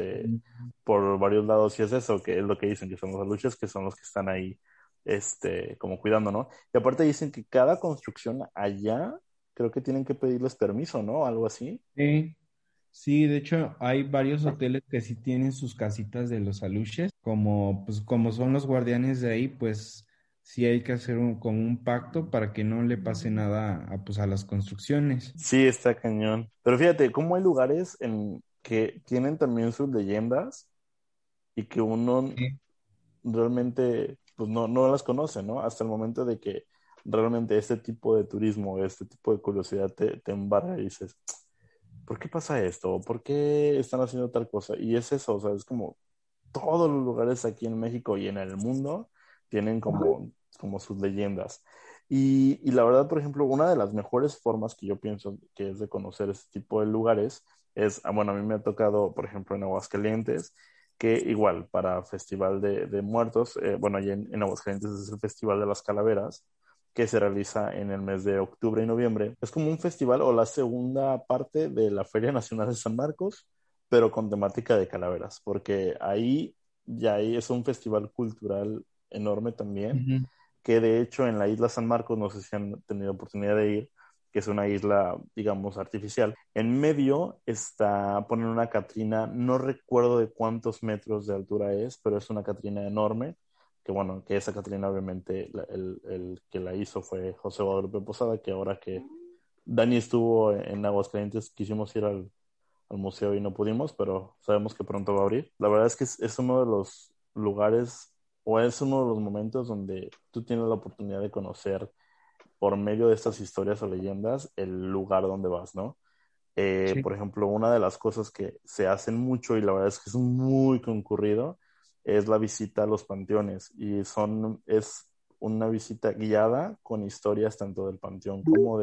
[SPEAKER 1] por varios lados y es eso, que es lo que dicen, que son los aluches, que son los que están ahí como cuidando, ¿no? Y aparte dicen que cada construcción allá creo que tienen que pedirles permiso, ¿no? Algo así.
[SPEAKER 3] Sí, sí, de hecho hay varios hoteles que sí tienen sus casitas de los aluches, como son los guardianes de ahí, pues sí hay que hacer como un pacto para que no le pase nada pues a las construcciones.
[SPEAKER 1] Sí, está cañón. Pero fíjate, cómo hay lugares en que tienen también sus leyendas y que uno
[SPEAKER 3] Sí,
[SPEAKER 1] realmente pues no las conoce, ¿no? Hasta el momento de que realmente este tipo de turismo, este tipo de curiosidad te embarga y dices, ¿por qué pasa esto? ¿Por qué están haciendo tal cosa? Y es eso, o sea, es como todos los lugares aquí en México y en el mundo tienen como sus leyendas. Y la verdad, por ejemplo, una de las mejores formas que yo pienso que es de conocer este tipo de lugares es, bueno, a mí me ha tocado, por ejemplo, en Aguascalientes, que igual para Festival de Muertos, bueno, allí en Aguascalientes es el Festival de las Calaveras, que se realiza en el mes de octubre y noviembre. Es como un festival o la segunda parte de la Feria Nacional de San Marcos, pero con temática de calaveras, porque ahí es un festival cultural enorme también,
[SPEAKER 3] Ujú.
[SPEAKER 1] que de hecho en la isla San Marcos, no sé si han tenido oportunidad de ir, que es una isla, digamos, artificial. En medio ponen una Catrina, no recuerdo de cuántos metros de altura es, pero es una Catrina enorme, que bueno, que esa Catrina obviamente el que la hizo fue José Guadalupe Posada, que ahora que Dani estuvo en Aguascalientes, quisimos ir al museo y no pudimos, pero sabemos que pronto va a abrir. La verdad es que es uno de los lugares o es uno de los momentos donde tú tienes la oportunidad de conocer por medio de estas historias o leyendas el lugar donde vas, ¿no?
[SPEAKER 3] Sí.
[SPEAKER 1] Por ejemplo, una de las cosas que se hacen mucho y la verdad es que es muy concurrido es la visita a los panteones y es una visita guiada con historias tanto del panteón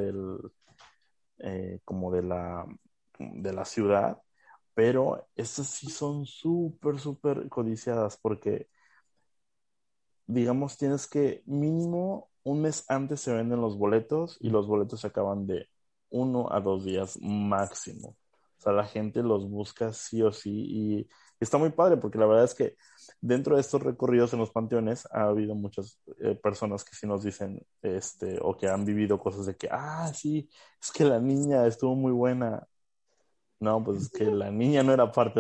[SPEAKER 1] como de la ciudad, pero estas sí son súper, súper codiciadas porque, digamos, tienes que mínimo un mes antes se venden los boletos y los boletos se acaban de 1 a 2 días máximo. O sea, la gente los busca sí o sí y está muy padre porque la verdad es que dentro de estos recorridos en los panteones ha habido muchas personas que sí nos dicen, o que han vivido cosas de que, sí, es que la niña estuvo muy buena. No, pues es que la niña no era parte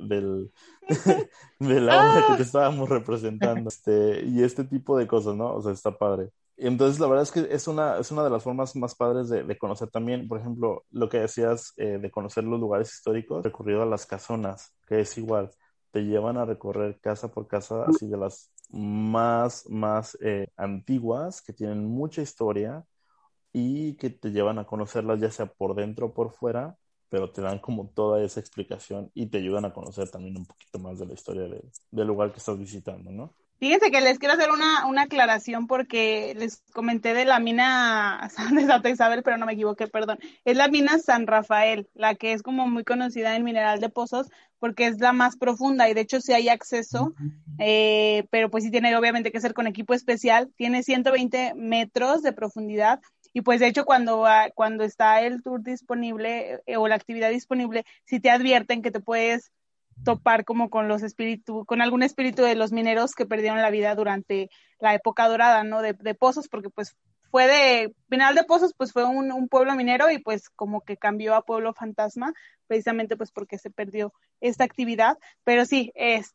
[SPEAKER 1] de la obra que
[SPEAKER 2] Ah,
[SPEAKER 1] te estábamos representando. Y este tipo de cosas, ¿no? O sea, está padre. Entonces, la verdad es que es una de las formas más padres de conocer también, por ejemplo, lo que decías de conocer los lugares históricos, recorrido a las casonas, que es igual, te llevan a recorrer casa por casa, así de las más antiguas, que tienen mucha historia y que te llevan a conocerlas ya sea por dentro o por fuera, pero te dan como toda esa explicación y te ayudan a conocer también un poquito más de la historia del lugar que estás visitando, ¿no?
[SPEAKER 2] fíjense que les quiero hacer una aclaración porque les comenté de la mina de Santa Isabel, pero no me equivoqué, perdón. Es la mina San Rafael, la que es como muy conocida en Mineral de Pozos porque es la más profunda y de hecho sí hay acceso, pero pues sí tiene obviamente que ser con equipo especial. Tiene 120 metros de profundidad y pues de hecho cuando está el tour disponible o la actividad disponible, sí te advierten que te puedes topar como con los espíritus, con algún espíritu de los mineros que perdieron la vida durante la época dorada, ¿no? De Pozos, porque pues Mineral de Pozos pues fue un pueblo minero y pues como que cambió a pueblo fantasma, precisamente pues porque se perdió esta actividad, pero sí,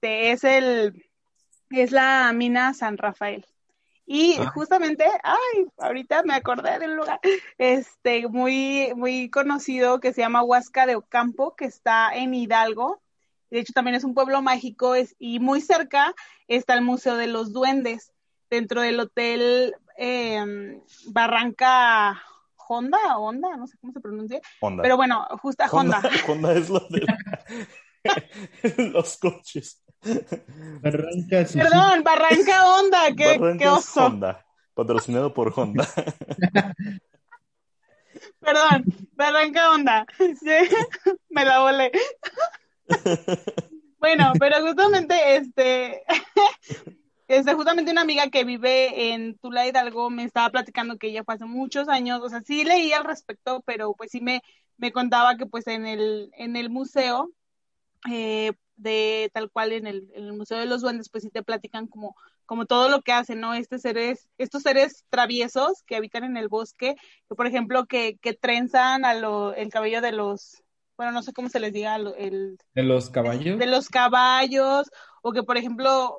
[SPEAKER 2] es la mina San Rafael. Y
[SPEAKER 3] Ah,
[SPEAKER 2] justamente, ahorita me acordé del lugar, muy, muy conocido que se llama Huasca de Ocampo, que está en Hidalgo. De hecho, también es un pueblo mágico y muy cerca está el Museo de los Duendes, dentro del hotel Barranca Honda, no sé cómo se pronuncia, pero
[SPEAKER 1] Honda.
[SPEAKER 2] bueno, justa
[SPEAKER 1] Honda,
[SPEAKER 2] Honda.
[SPEAKER 1] Honda es lo de los coches.
[SPEAKER 3] Barranca Suzuki.
[SPEAKER 2] Perdón, Barranca Honda, qué
[SPEAKER 1] Barrancas
[SPEAKER 2] oso.
[SPEAKER 1] Honda, patrocinado por Honda.
[SPEAKER 2] Perdón, Barranca Honda. Sí, me la volé. Bueno, pero justamente justamente una amiga que vive en Tula Hidalgo me estaba platicando que ella fue hace muchos años, o sea, sí leí al respecto, pero pues sí me contaba que pues en el museo, de tal cual en el Museo de los Duendes, pues sí te platican como todo lo que hacen, ¿no? Estos seres traviesos que habitan en el bosque, que por ejemplo que trenzan el cabello de los, bueno, no sé cómo se les diga,
[SPEAKER 3] ¿De los caballos?
[SPEAKER 2] de los caballos, o que por ejemplo,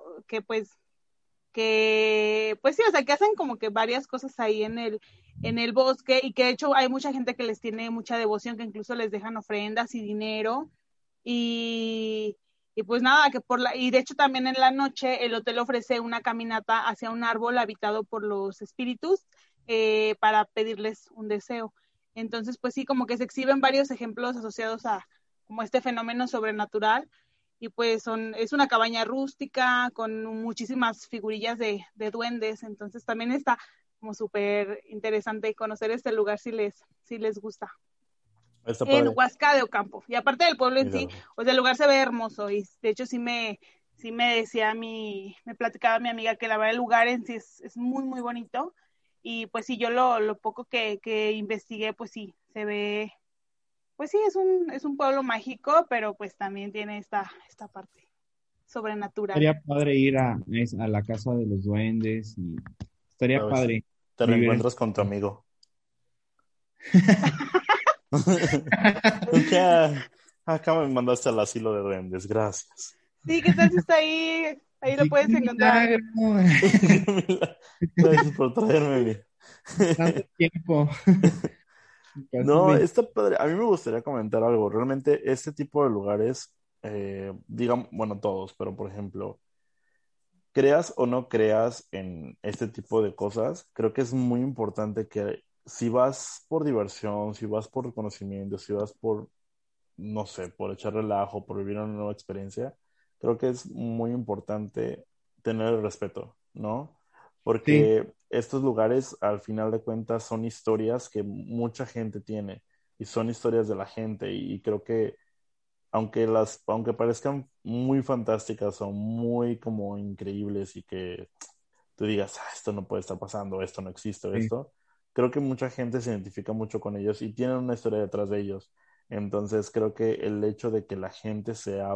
[SPEAKER 2] que pues sí, o sea, que hacen como que varias cosas ahí en el bosque y que de hecho hay mucha gente que les tiene mucha devoción, que incluso les dejan ofrendas y dinero y, y pues nada, y de hecho también en la noche el hotel ofrece una caminata hacia un árbol habitado por los espíritus para pedirles un deseo. Entonces, pues sí, como que se exhiben varios ejemplos asociados a como este fenómeno sobrenatural, y pues es una cabaña rústica con muchísimas figurillas de duendes, entonces también está como súper interesante conocer este lugar si les gusta.
[SPEAKER 1] Está
[SPEAKER 2] En
[SPEAKER 1] padre.
[SPEAKER 2] Huasca de Ocampo. Y aparte del pueblo en sí,
[SPEAKER 1] Hidalgo.
[SPEAKER 2] o sea, el lugar se ve hermoso, y de hecho sí me decía me platicaba mi amiga que la verdad el lugar en sí es muy, muy bonito, y pues sí, yo lo poco que investigué, pues sí, se ve, pues sí, es un pueblo mágico, pero pues también tiene esta parte sobrenatural.
[SPEAKER 3] Estaría padre ir a la casa de los duendes y
[SPEAKER 1] A
[SPEAKER 3] estaría
[SPEAKER 1] ver si
[SPEAKER 3] padre
[SPEAKER 1] te
[SPEAKER 3] vivir en...
[SPEAKER 1] reencuentras con tu amigo. Ya, acá me mandaste al asilo de duendes, gracias.
[SPEAKER 2] Sí, ¿qué tal si está ahí? Ahí lo
[SPEAKER 3] Sí, qué
[SPEAKER 2] puedes encontrar.
[SPEAKER 3] milagro.
[SPEAKER 1] Gracias por traerme.
[SPEAKER 3] Tanto tiempo. Casi
[SPEAKER 1] No,
[SPEAKER 3] 20.
[SPEAKER 1] está padre. A mí me gustaría comentar algo. Realmente, este tipo de lugares, digamos, bueno, todos, pero por ejemplo, creas o no creas en este tipo de cosas, creo que es muy importante que si vas por diversión, si vas por reconocimiento, si vas por, no sé, por echar relajo, por vivir una nueva experiencia, creo que es muy importante tener el respeto, ¿no?
[SPEAKER 3] Sí,
[SPEAKER 1] Porque estos lugares, al final de cuentas, son historias que mucha gente tiene y son historias de la gente, y creo que aunque parezcan muy fantásticas o muy como increíbles y que tú digas, "Ah, esto no puede estar pasando, esto no existe,
[SPEAKER 3] sí,
[SPEAKER 1] esto", creo que mucha gente se identifica mucho con ellos y tienen una historia detrás de ellos. Entonces creo que el hecho de que la gente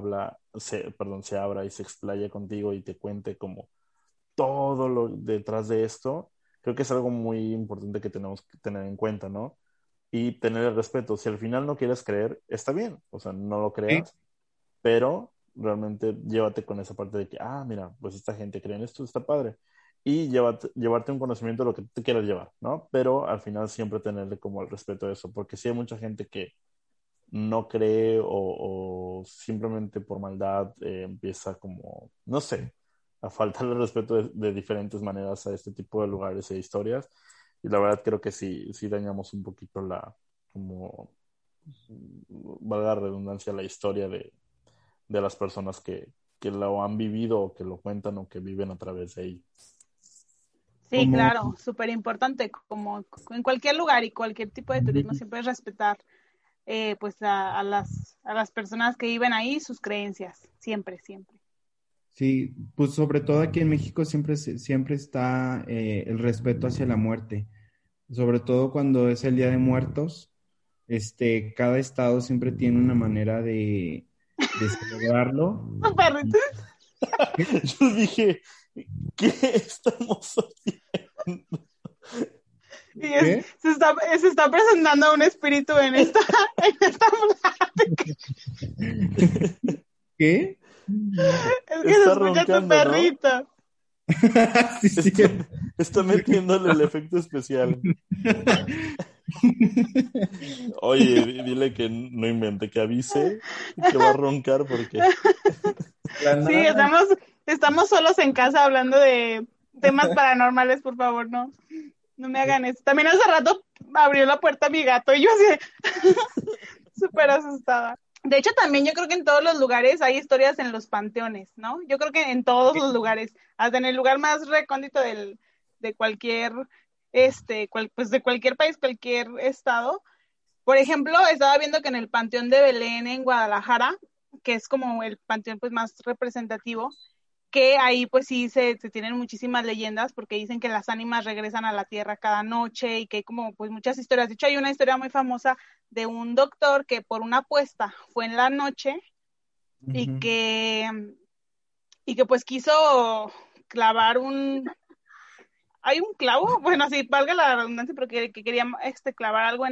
[SPEAKER 1] se abra y se explaye contigo y te cuente como todo lo detrás de esto, creo que es algo muy importante que tenemos que tener en cuenta, ¿no? Y tener el respeto. Si al final no quieres creer, está bien, o sea, no lo
[SPEAKER 3] sí,
[SPEAKER 1] creas, pero realmente llévate con esa parte de que, ah, mira, pues esta gente cree en esto, está padre. Y llevarte un conocimiento de lo que te quieras llevar, ¿no? Pero al final siempre tenerle como el respeto a eso, porque sí hay mucha gente que no cree o simplemente por maldad empieza como, no sé, a faltarle respeto de diferentes maneras a este tipo de lugares e historias. Y la verdad creo que sí dañamos un poquito como, valga la redundancia, la historia de las personas que lo han vivido o que lo cuentan o que viven a través de ello.
[SPEAKER 2] Sí,
[SPEAKER 3] como,
[SPEAKER 2] claro, súper importante, como en cualquier lugar y cualquier tipo de turismo,
[SPEAKER 3] ujú,
[SPEAKER 2] siempre es respetar pues a las personas que viven ahí, sus creencias, siempre, siempre.
[SPEAKER 3] sí, pues sobre todo aquí en México siempre está el respeto hacia la muerte, sobre todo cuando es el Día de Muertos, cada estado siempre tiene una manera de celebrarlo.
[SPEAKER 2] Perrito.
[SPEAKER 1] Yo dije, ¿qué estamos haciendo?
[SPEAKER 2] Y
[SPEAKER 3] ¿Qué?
[SPEAKER 2] se está presentando un espíritu en esta, en esta
[SPEAKER 3] ¿Qué?
[SPEAKER 2] es que se
[SPEAKER 1] Está
[SPEAKER 2] escucha tu
[SPEAKER 1] roncando, ¿no?
[SPEAKER 2] perrito.
[SPEAKER 3] Sí, sí.
[SPEAKER 1] Está, está metiéndole el efecto especial. Oye, dile que no invente, que avise que va a roncar porque...
[SPEAKER 3] La
[SPEAKER 2] Sí,
[SPEAKER 3] nada.
[SPEAKER 2] estamos solos en casa hablando de temas paranormales, por favor, no, no me hagan eso. También hace rato abrió la puerta mi gato y yo así, súper asustada. De hecho, también yo creo que en todos los lugares hay historias en los panteones, ¿no? Yo creo que en todos los lugares, hasta en el lugar más recóndito de cualquier, pues de cualquier país, cualquier estado. Por ejemplo, estaba viendo que en el Panteón de Belén en Guadalajara, que es como el panteón pues más representativo, que ahí pues sí se tienen muchísimas leyendas porque dicen que las ánimas regresan a la tierra cada noche y que hay como pues muchas historias. De hecho, hay una historia muy famosa de un doctor que por una apuesta fue en la noche y
[SPEAKER 3] Ujú.
[SPEAKER 2] que pues quiso clavar hay un clavo, bueno, sí, valga la redundancia, pero que quería clavar algo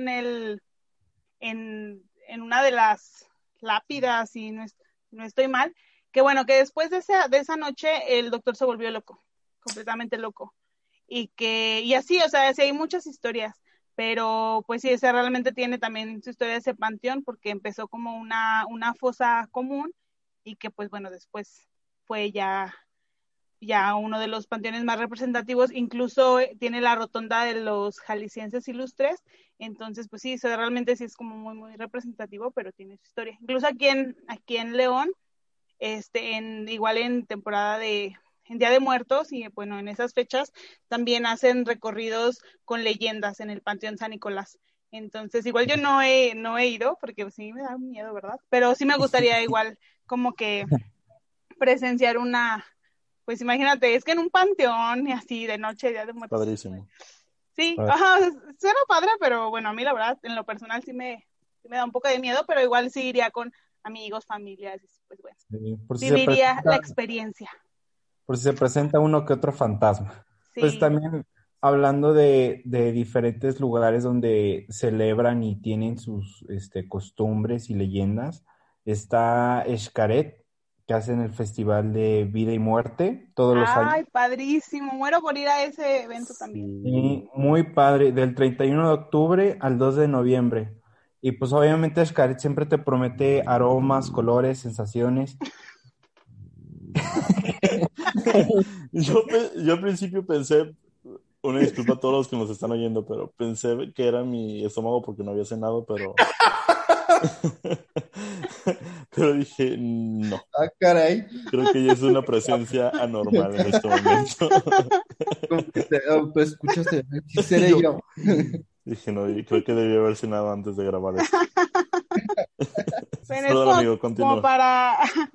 [SPEAKER 2] en una de las lápidas, y no estoy mal, que bueno, que después de esa noche el doctor se volvió loco, completamente loco. Y así, o sea, sí hay muchas historias, pero pues sí, ese realmente tiene también su historia de ese panteón, porque empezó como una fosa común y que pues bueno, después fue ya ya uno de los panteones más representativos, incluso tiene la rotonda de los jaliscienses ilustres, entonces pues sí, realmente sí es como muy, muy representativo, pero tiene su historia. Incluso aquí en León, igual en temporada en Día de Muertos, y bueno, en esas fechas también hacen recorridos con leyendas en el Panteón San Nicolás. Entonces, igual yo no he ido, porque pues, sí me da miedo, ¿verdad? Pero sí me gustaría igual como que presenciar pues imagínate, es que en un panteón y así de noche, Día de Muertos.
[SPEAKER 1] Padrísimo.
[SPEAKER 2] Sí, ajá, suena padre, pero bueno, a mí la verdad, en lo personal sí me da un poco de miedo, pero igual sí iría con amigos, familias, pues bueno,
[SPEAKER 4] Sí, por si se
[SPEAKER 2] viviría la
[SPEAKER 4] presenta,
[SPEAKER 2] experiencia.
[SPEAKER 4] por si se presenta uno que otro fantasma. Pues
[SPEAKER 2] Sí.
[SPEAKER 4] también hablando de diferentes lugares donde celebran y tienen sus costumbres y leyendas, está Xcaret, que hacen el Festival de Vida y Muerte todos los años.
[SPEAKER 2] Ay, padrísimo, muero por ir a ese evento también.
[SPEAKER 4] Y
[SPEAKER 1] Sí.
[SPEAKER 4] muy padre, del 31 de octubre al 2 de noviembre. Y pues obviamente Xcaret siempre te promete aromas, colores, sensaciones.
[SPEAKER 1] Yo al principio pensé, una disculpa a todos los que nos están oyendo, pero pensé que era mi estómago porque no había cenado, pero pero dije, no,
[SPEAKER 3] Ah, caray.
[SPEAKER 1] creo que ya es una presencia anormal en este momento.
[SPEAKER 3] Como que te autoescuchaste. Sí seré
[SPEAKER 1] Yo
[SPEAKER 3] yo.
[SPEAKER 1] dije, no, y creo que debí haber cenado antes de grabar esto.
[SPEAKER 2] Bueno, es
[SPEAKER 1] Perdón, amigo,
[SPEAKER 2] como
[SPEAKER 1] continúa.
[SPEAKER 2] para...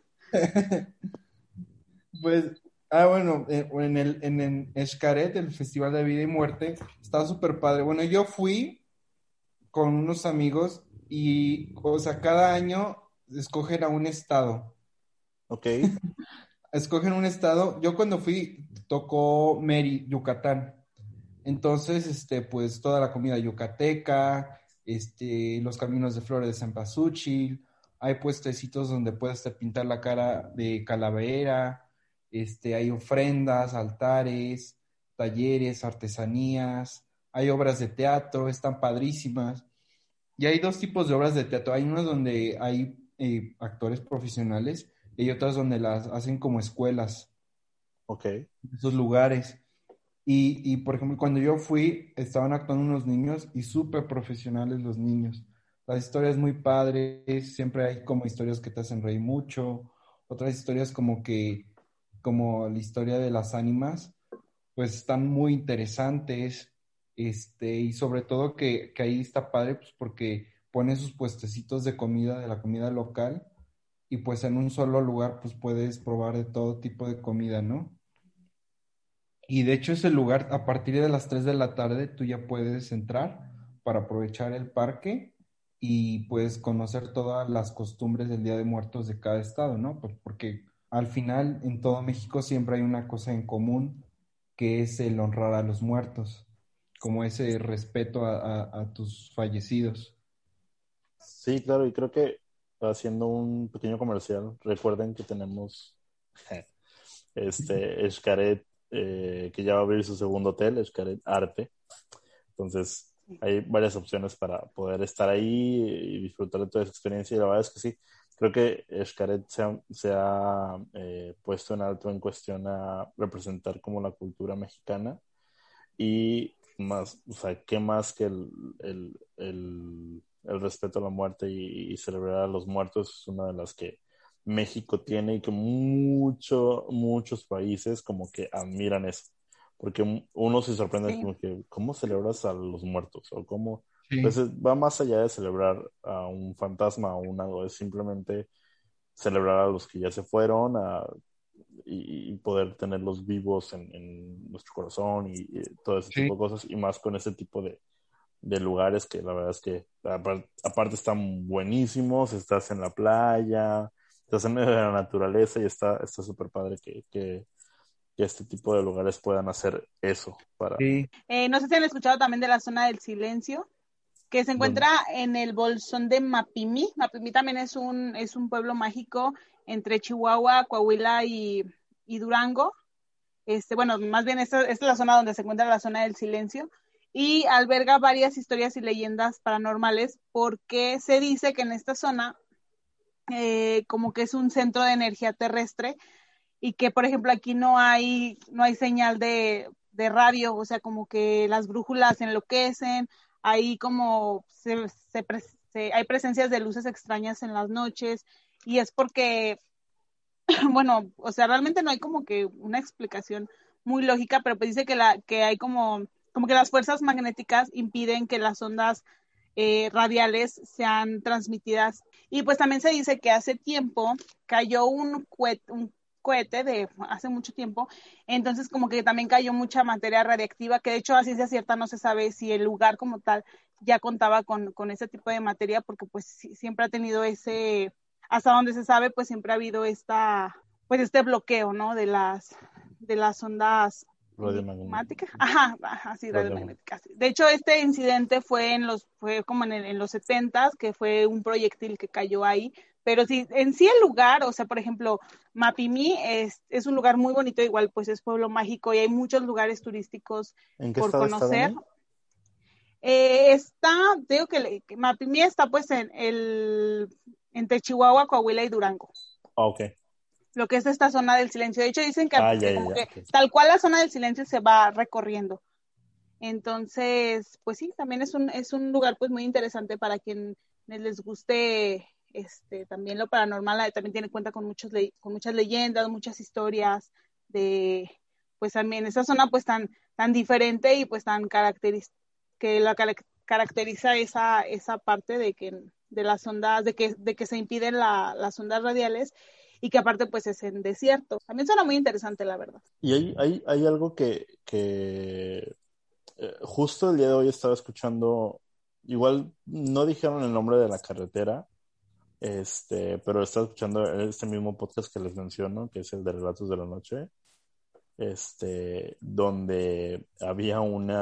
[SPEAKER 3] Pues, bueno, en Xcaret, el Festival de Vida y Muerte, está súper padre. Bueno, yo fui con unos amigos y, o sea, cada año escogen a un estado.
[SPEAKER 1] Ok,
[SPEAKER 3] Escogen un estado. Yo cuando fui, tocó Mérida, Yucatán. Entonces, pues toda la comida yucateca, los caminos de flores de cempasúchil, hay puestecitos donde puedes te pintar la cara de calavera, hay ofrendas, altares, talleres, artesanías, hay obras de teatro, están padrísimas. Y hay dos tipos de obras de teatro. Hay unas donde hay actores profesionales y hay otras donde las hacen como escuelas,
[SPEAKER 1] ok.
[SPEAKER 3] en esos lugares. Por ejemplo, cuando yo fui, estaban actuando unos niños y súper profesionales los niños. Las historias muy padres, siempre hay como historias que te hacen reír mucho, otras historias como la historia de las ánimas, pues están muy interesantes, y sobre todo que ahí está padre, pues porque ponen sus puestecitos de comida, de la comida local, y pues en un solo lugar, pues puedes probar de todo tipo de comida, ¿no? Y de hecho ese lugar, a partir de las 3 de la tarde, tú ya puedes entrar para aprovechar el parque y puedes conocer todas las costumbres del Día de Muertos de cada estado, ¿no? Pues porque al final en todo México siempre hay una cosa en común, que es el honrar a los muertos, como ese respeto a tus fallecidos.
[SPEAKER 1] Sí, claro, y creo que haciendo un pequeño comercial, recuerden que tenemos Xcaret, que ya va a abrir su segundo hotel, Xcaret Arte. Entonces, hay varias opciones para poder estar ahí y disfrutar de toda esa experiencia. Y la verdad es que sí, creo que Xcaret se ha puesto en alto en cuestión a representar como la cultura mexicana. Y más, o sea, qué más que el respeto a la muerte y celebrar a los muertos es una de las que México tiene y que muchos países como que admiran eso. Porque uno se sorprende
[SPEAKER 2] Sí.
[SPEAKER 1] como que, ¿cómo celebras a los muertos? O cómo, pues
[SPEAKER 3] Sí,
[SPEAKER 1] va más allá de celebrar a un fantasma o un algo, es simplemente celebrar a los que ya se fueron, y poder tenerlos vivos en nuestro corazón y todo ese
[SPEAKER 3] sí,
[SPEAKER 1] tipo de cosas, y más con ese tipo de lugares que la verdad es que aparte están buenísimos, estás en la playa, estás en medio de la naturaleza y está súper padre que este tipo de lugares puedan hacer eso para
[SPEAKER 3] sí.
[SPEAKER 2] No sé si han escuchado también de la zona del silencio, que se
[SPEAKER 1] donde
[SPEAKER 2] encuentra en el bolsón de Mapimí. Mapimí también es un pueblo mágico entre Chihuahua, Coahuila y Durango. Bueno, más bien esta es la zona donde se encuentra la zona del silencio y alberga varias historias y leyendas paranormales porque se dice que en esta zona como que es un centro de energía terrestre y que, por ejemplo, aquí no hay señal de radio, o sea, como que las brújulas enloquecen, hay como hay presencias de luces extrañas en las noches, y es porque, bueno, o sea, realmente no hay como que una explicación muy lógica, pero pues dice que hay como que las fuerzas magnéticas impiden que las ondas radiales sean transmitidas. Y pues también se dice que hace tiempo cayó un cohete de hace mucho tiempo, entonces como que también cayó mucha materia radiactiva, que de hecho a ciencia cierta no se sabe si el lugar como tal ya contaba con ese tipo de materia, porque pues siempre ha tenido hasta donde se sabe, pues siempre ha habido pues este bloqueo, ¿no? De las ondas
[SPEAKER 1] Radiomagnética.
[SPEAKER 2] Ajá, sí, radiomagnéticas. De hecho, este incidente fue como en los 70s, que fue un proyectil que cayó ahí, pero sí, en sí el lugar, o sea, por ejemplo, Mapimí es un lugar muy bonito, igual pues es pueblo mágico y hay muchos lugares turísticos
[SPEAKER 1] ¿En qué
[SPEAKER 2] por
[SPEAKER 1] estado está,
[SPEAKER 2] conocer.
[SPEAKER 1] Dani?
[SPEAKER 2] Digo que Mapimí está pues entre Chihuahua, Coahuila y Durango.
[SPEAKER 1] Ok.
[SPEAKER 2] Lo que es esta zona del silencio. De hecho, dicen que como que
[SPEAKER 1] Ok.
[SPEAKER 2] tal cual la zona del silencio se va recorriendo. Entonces, pues sí, también es un lugar pues muy interesante para quienes les guste también lo paranormal. También tiene cuenta con muchas leyendas, muchas historias de, pues también esa zona pues tan diferente y pues tan caracteriza esa parte de las ondas, de que se impiden las ondas radiales y que aparte pues es en desierto. También suena muy interesante, la verdad.
[SPEAKER 1] Y hay algo que justo el día de hoy estaba escuchando, igual no dijeron el nombre de la carretera, pero estaba escuchando este mismo podcast que les menciono, que es el de Relatos de la Noche, donde había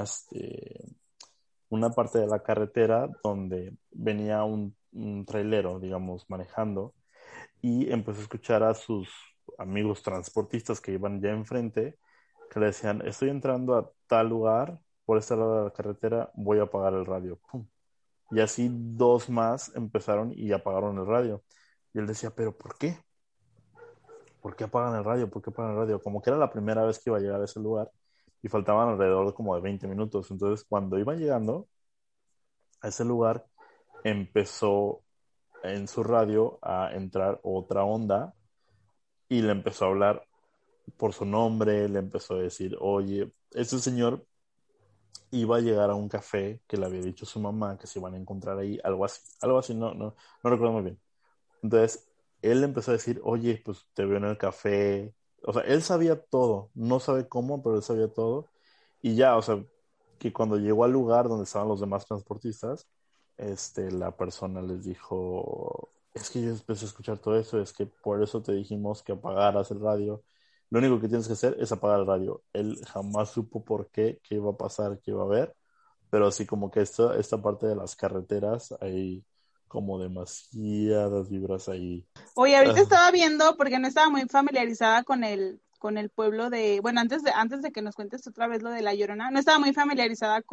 [SPEAKER 1] una parte de la carretera donde venía un trailero, digamos, manejando, y empezó a escuchar a sus amigos transportistas que iban ya enfrente, que le decían, estoy entrando a tal lugar, por este lado de la carretera, voy a apagar el radio. ¡Pum! Y así dos más empezaron y apagaron el radio. Y él decía, ¿pero por qué? ¿Por qué apagan el radio? ¿Por qué apagan el radio? Como que era la primera vez que iba a llegar a ese lugar y faltaban alrededor de como de 20 minutos. Entonces, cuando iban llegando a ese lugar, empezó en su radio a entrar otra onda y le empezó a hablar por su nombre, le empezó a decir, oye, ese señor iba a llegar a un café que le había dicho su mamá que se iban a encontrar ahí, algo así, no recuerdo muy bien. Entonces, él le empezó a decir, oye, pues te veo en el café. O sea, él sabía todo, no sabe cómo, pero él sabía todo. Y ya, o sea, que cuando llegó al lugar donde estaban los demás transportistas, la persona les dijo, es que yo empecé a escuchar todo eso, es que por eso te dijimos que apagaras el radio. Lo único que tienes que hacer es apagar el radio. Él jamás supo por qué iba a pasar, qué iba a haber, pero sí como que esta parte de las carreteras, hay como demasiadas vibras ahí.
[SPEAKER 2] Oye, ahorita estaba viendo, porque no estaba muy familiarizada con el pueblo bueno, antes de que nos cuentes otra vez lo de La Llorona, no estaba muy familiarizada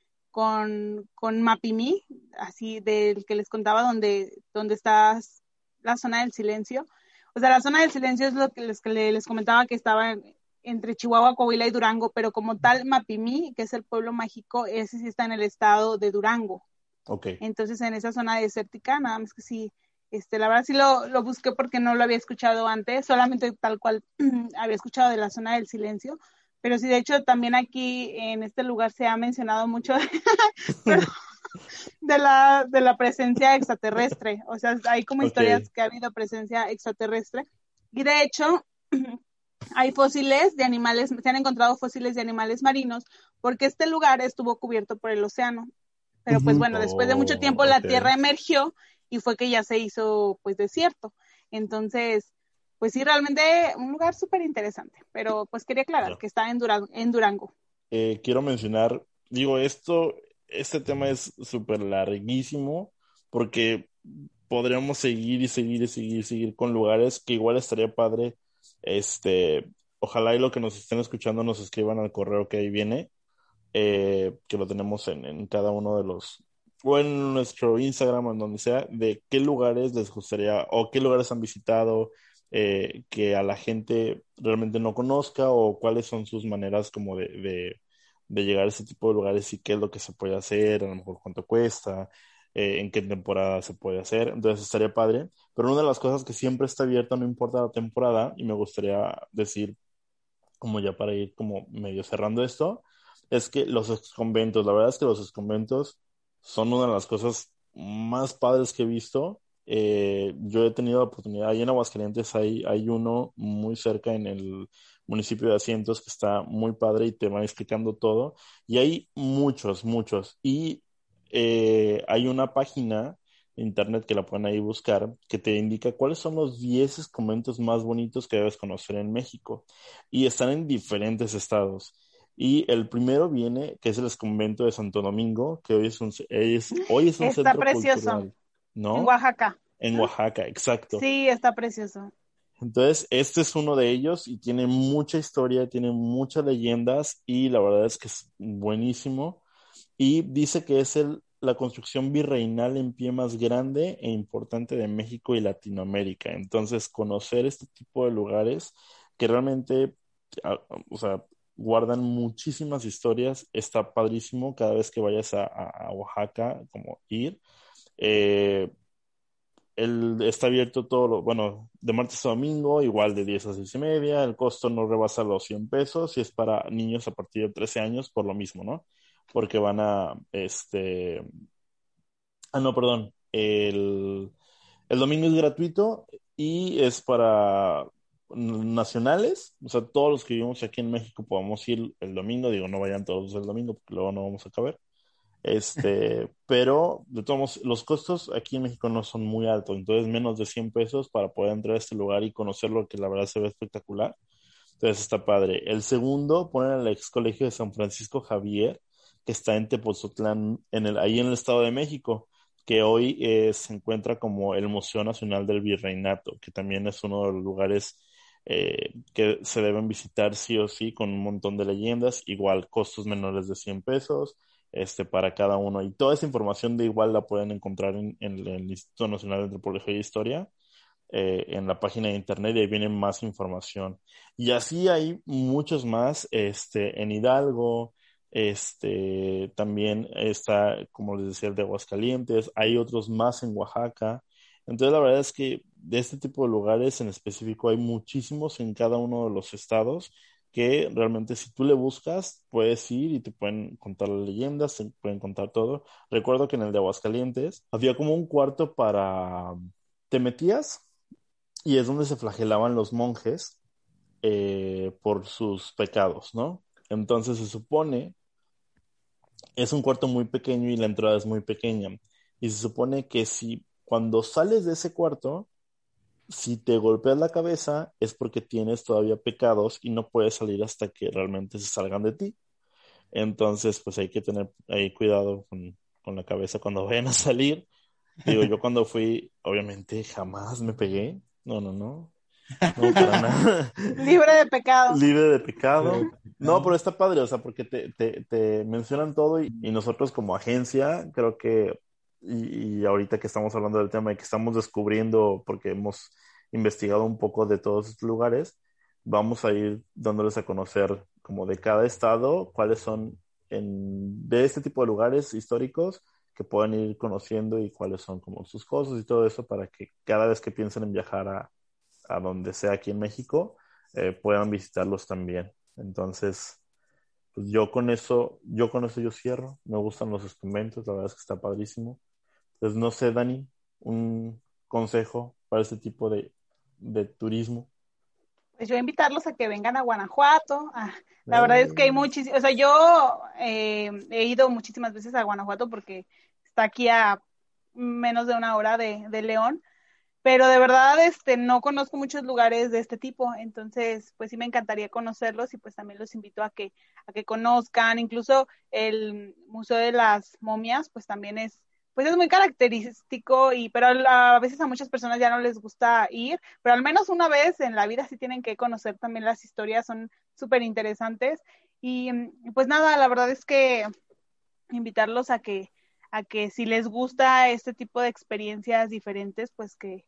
[SPEAKER 2] con Mapimí, así del que les contaba donde está la zona del silencio. O sea, la zona del silencio es lo que les comentaba, que estaba entre Chihuahua, Coahuila y Durango, pero como tal Mapimí, que es el pueblo mágico, ese sí está en el estado de Durango.
[SPEAKER 1] Ok.
[SPEAKER 2] Entonces, en esa zona desértica, nada más que sí, la verdad sí lo busqué porque no lo había escuchado antes, solamente tal cual había escuchado de la zona del silencio, pero sí, de hecho, también aquí en este lugar se ha mencionado mucho de la presencia extraterrestre, o sea, hay como historias
[SPEAKER 1] Ok.
[SPEAKER 2] que ha habido presencia extraterrestre, y de hecho, hay fósiles de animales, se han encontrado fósiles de animales marinos, porque este lugar estuvo cubierto por el océano. Pero pues bueno, después de mucho tiempo la
[SPEAKER 1] Ok.
[SPEAKER 2] Tierra emergió y fue que ya se hizo pues desierto. Entonces, pues sí, realmente un lugar súper interesante. Pero pues quería aclarar
[SPEAKER 1] Ya.
[SPEAKER 2] que está en Durango.
[SPEAKER 1] Quiero mencionar, digo, este tema es súper larguísimo porque podríamos seguir y seguir y seguir y seguir con lugares que igual estaría padre. Ojalá y lo que nos estén escuchando nos escriban al correo que ahí viene, que lo tenemos en cada uno de o en nuestro Instagram o en donde sea, de qué lugares les gustaría o qué lugares han visitado, que a la gente realmente no conozca o cuáles son sus maneras como de llegar a ese tipo de lugares y qué es lo que se puede hacer, a lo mejor cuánto cuesta, en qué temporada se puede hacer. Entonces estaría padre. Pero una de las cosas que siempre está abierta, no importa la temporada, y me gustaría decir, como ya para ir como medio cerrando esto, es que los exconventos, la verdad es que los exconventos son una de las cosas más padres que he visto. Yo he tenido la oportunidad, ahí en Aguascalientes hay uno muy cerca en el municipio de Asientos que está muy padre y te van explicando todo. Y hay muchos, muchos. Y hay una página de internet que la pueden ahí buscar que te indica cuáles son los 10 conventos más bonitos que debes conocer en México y están en diferentes estados. Y el primero viene, que es el convento de Santo Domingo, que hoy es un
[SPEAKER 2] Está
[SPEAKER 1] centro
[SPEAKER 2] precioso,
[SPEAKER 1] cultural,
[SPEAKER 2] en
[SPEAKER 1] ¿no?
[SPEAKER 2] Oaxaca,
[SPEAKER 1] En
[SPEAKER 2] ¿no?
[SPEAKER 1] Oaxaca, exacto.
[SPEAKER 2] Sí, está precioso.
[SPEAKER 1] Entonces, este es uno de ellos y tiene mucha historia, tiene muchas leyendas y la verdad es que es buenísimo. Y dice que es la construcción virreinal en pie más grande e importante de México y Latinoamérica. Entonces, conocer este tipo de lugares que realmente, o sea, guardan muchísimas historias, está padrísimo cada vez que vayas a Oaxaca, como ir. Eh, está abierto bueno, de martes a domingo, igual de 10 a 6:30. El costo no rebasa los 100 pesos y es para niños a partir de 13 años por lo mismo, ¿no? Porque no, perdón. El domingo es gratuito y es para nacionales. O sea, todos los que vivimos aquí en México podemos ir el domingo. Digo, no vayan todos el domingo porque luego no vamos a caber. Pero de todos modos, los costos aquí en México no son muy altos, entonces menos de 100 pesos para poder entrar a este lugar y conocerlo, que la verdad se ve espectacular. Entonces está padre. El segundo, ponen al ex colegio de San Francisco Javier, que está en Tepozotlán, ahí en el Estado de México, que hoy se encuentra como el Museo Nacional del Virreinato, que también es uno de los lugares que se deben visitar sí o sí, con un montón de leyendas, igual costos menores de 100 pesos para cada uno. Y toda esa información de igual la pueden encontrar en el Instituto Nacional de Antropología e Historia, en la página de internet, y ahí viene más información. Y así hay muchos más, en Hidalgo, también está, como les decía, el de Aguascalientes, hay otros más en Oaxaca. Entonces, la verdad es que de este tipo de lugares en específico hay muchísimos en cada uno de los estados que realmente si tú le buscas, puedes ir y te pueden contar las leyendas, te pueden contar todo. Recuerdo que en el de Aguascalientes había como un cuarto para... Te metías y es donde se flagelaban los monjes por sus pecados, ¿no? Entonces se supone, es un cuarto muy pequeño y la entrada es muy pequeña. Y se supone que si cuando sales de ese cuarto, si te golpeas la cabeza es porque tienes todavía pecados y no puedes salir hasta que realmente se salgan de ti. Entonces, pues hay que tener ahí cuidado con la cabeza cuando vayan a salir. Digo, yo cuando fui, obviamente jamás me pegué. No, no, no. No, para nada.
[SPEAKER 2] Libre de pecado.
[SPEAKER 1] Libre de pecado. No, pero está padre, o sea, porque te mencionan todo y nosotros como agencia, creo que, y ahorita que estamos hablando del tema y que estamos descubriendo, porque hemos investigado un poco de todos estos lugares, vamos a ir dándoles a conocer como de cada estado cuáles son de este tipo de lugares históricos que puedan ir conociendo y cuáles son como sus cosas y todo eso para que cada vez que piensen en viajar a donde sea aquí en México, puedan visitarlos también. Entonces, pues yo con eso yo cierro. Me gustan los conventos, la verdad es que está padrísimo. Entonces, no sé, Dani, un consejo para este tipo de turismo.
[SPEAKER 2] Pues yo invitarlos a que vengan a Guanajuato. La verdad es que hay
[SPEAKER 1] Eh,
[SPEAKER 2] muchísimos, o sea, yo he ido muchísimas veces a Guanajuato porque está aquí a menos de una hora de León, pero de verdad no conozco muchos lugares de este tipo, entonces pues sí me encantaría conocerlos y pues también los invito a que conozcan, incluso el Museo de las Momias pues también pues es muy característico, pero a veces a muchas personas ya no les gusta ir, pero al menos una vez en la vida sí tienen que conocer también las historias, son súper interesantes y pues nada, la verdad es que invitarlos a que si les gusta este tipo de experiencias diferentes, pues que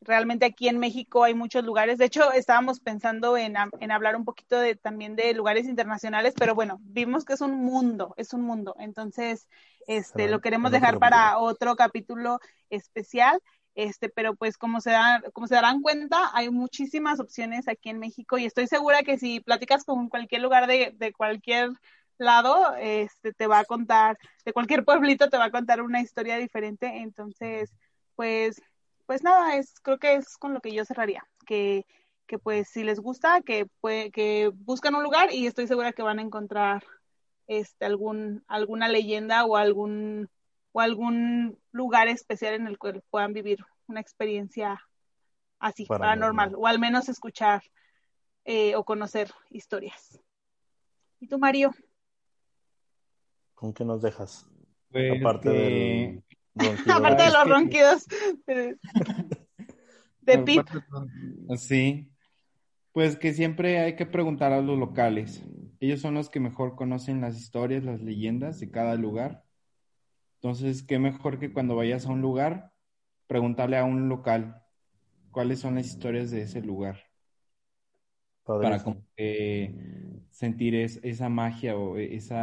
[SPEAKER 2] Realmente aquí en México hay muchos lugares. De hecho, estábamos pensando en hablar un poquito también de lugares internacionales, pero bueno, vimos que es un mundo. Entonces, lo queremos dejar para otro capítulo especial. Pero pues como se darán cuenta, hay muchísimas opciones aquí en México y estoy segura que si platicas con cualquier lugar de cualquier lado, te va a contar, de cualquier pueblito te va a contar una historia diferente. Entonces, pues nada, creo que es con lo que yo cerraría, que pues si les gusta, que buscan un lugar y estoy segura que van a encontrar alguna leyenda o algún lugar especial en el cual puedan vivir una experiencia así, paranormal, o al menos escuchar o conocer historias. ¿Y tú, Mario?
[SPEAKER 1] ¿Con qué nos dejas?
[SPEAKER 4] Pues
[SPEAKER 1] Aparte del ronquido.
[SPEAKER 2] Aparte de los ronquidos de Pip.
[SPEAKER 3] Sí. Pues que siempre hay que preguntar a los locales. Ellos son los que mejor conocen las historias, las leyendas de cada lugar. Entonces, qué mejor que cuando vayas a un lugar, preguntarle a un local cuáles son las historias de ese lugar. Para como que sentir esa magia o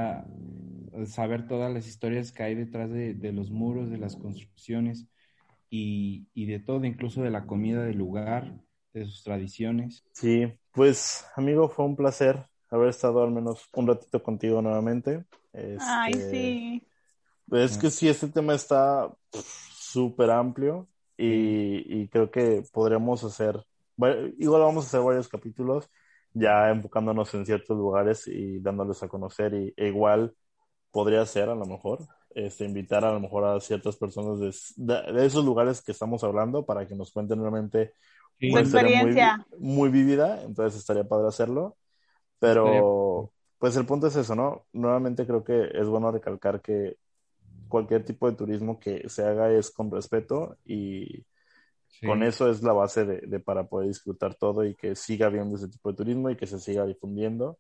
[SPEAKER 3] saber todas las historias que hay detrás de los muros, de las construcciones y de todo, incluso de la comida del lugar, de sus tradiciones.
[SPEAKER 1] Sí, pues amigo, fue un placer haber estado al menos un ratito contigo nuevamente.
[SPEAKER 2] Ay, sí.
[SPEAKER 1] Es que sí, este tema está súper amplio y creo que podríamos igual vamos a hacer varios capítulos ya enfocándonos en ciertos lugares y dándoles a conocer e igual podría ser a lo mejor invitar a lo mejor a ciertas personas de esos lugares que estamos hablando para que nos cuenten realmente una
[SPEAKER 2] experiencia
[SPEAKER 1] muy vívida, entonces estaría padre hacerlo, pero pues el punto es eso, ¿no? Nuevamente creo que es bueno recalcar que cualquier tipo de turismo que se haga es con respeto y con eso es la base para poder disfrutar todo y que siga habiendo ese tipo de turismo y que se siga difundiendo.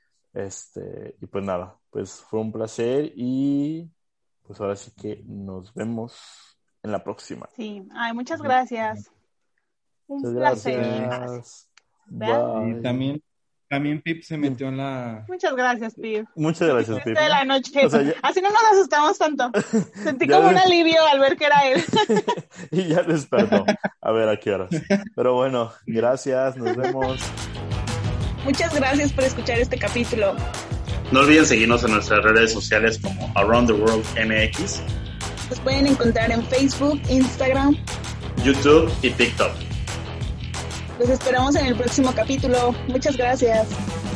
[SPEAKER 1] Y pues nada, pues fue un placer y pues ahora sí que nos vemos en la próxima.
[SPEAKER 2] Sí, ay, muchas gracias. Un
[SPEAKER 1] placer.
[SPEAKER 2] Gracias.
[SPEAKER 1] Bye.
[SPEAKER 3] Y también Pip se metió en la...
[SPEAKER 2] Muchas gracias, Pip.
[SPEAKER 1] Muchas gracias, Pip.
[SPEAKER 2] De la noche.
[SPEAKER 1] O sea,
[SPEAKER 2] así no nos asustamos tanto. Sentí como un alivio al ver que era él.
[SPEAKER 1] Y ya despertó. A ver a qué horas. Pero bueno, gracias, nos vemos.
[SPEAKER 2] Muchas gracias por escuchar este capítulo.
[SPEAKER 1] No olviden seguirnos en nuestras redes sociales como Around the World MX.
[SPEAKER 2] Nos pueden encontrar en Facebook, Instagram,
[SPEAKER 1] YouTube y TikTok.
[SPEAKER 2] Los esperamos en el próximo capítulo. Muchas gracias.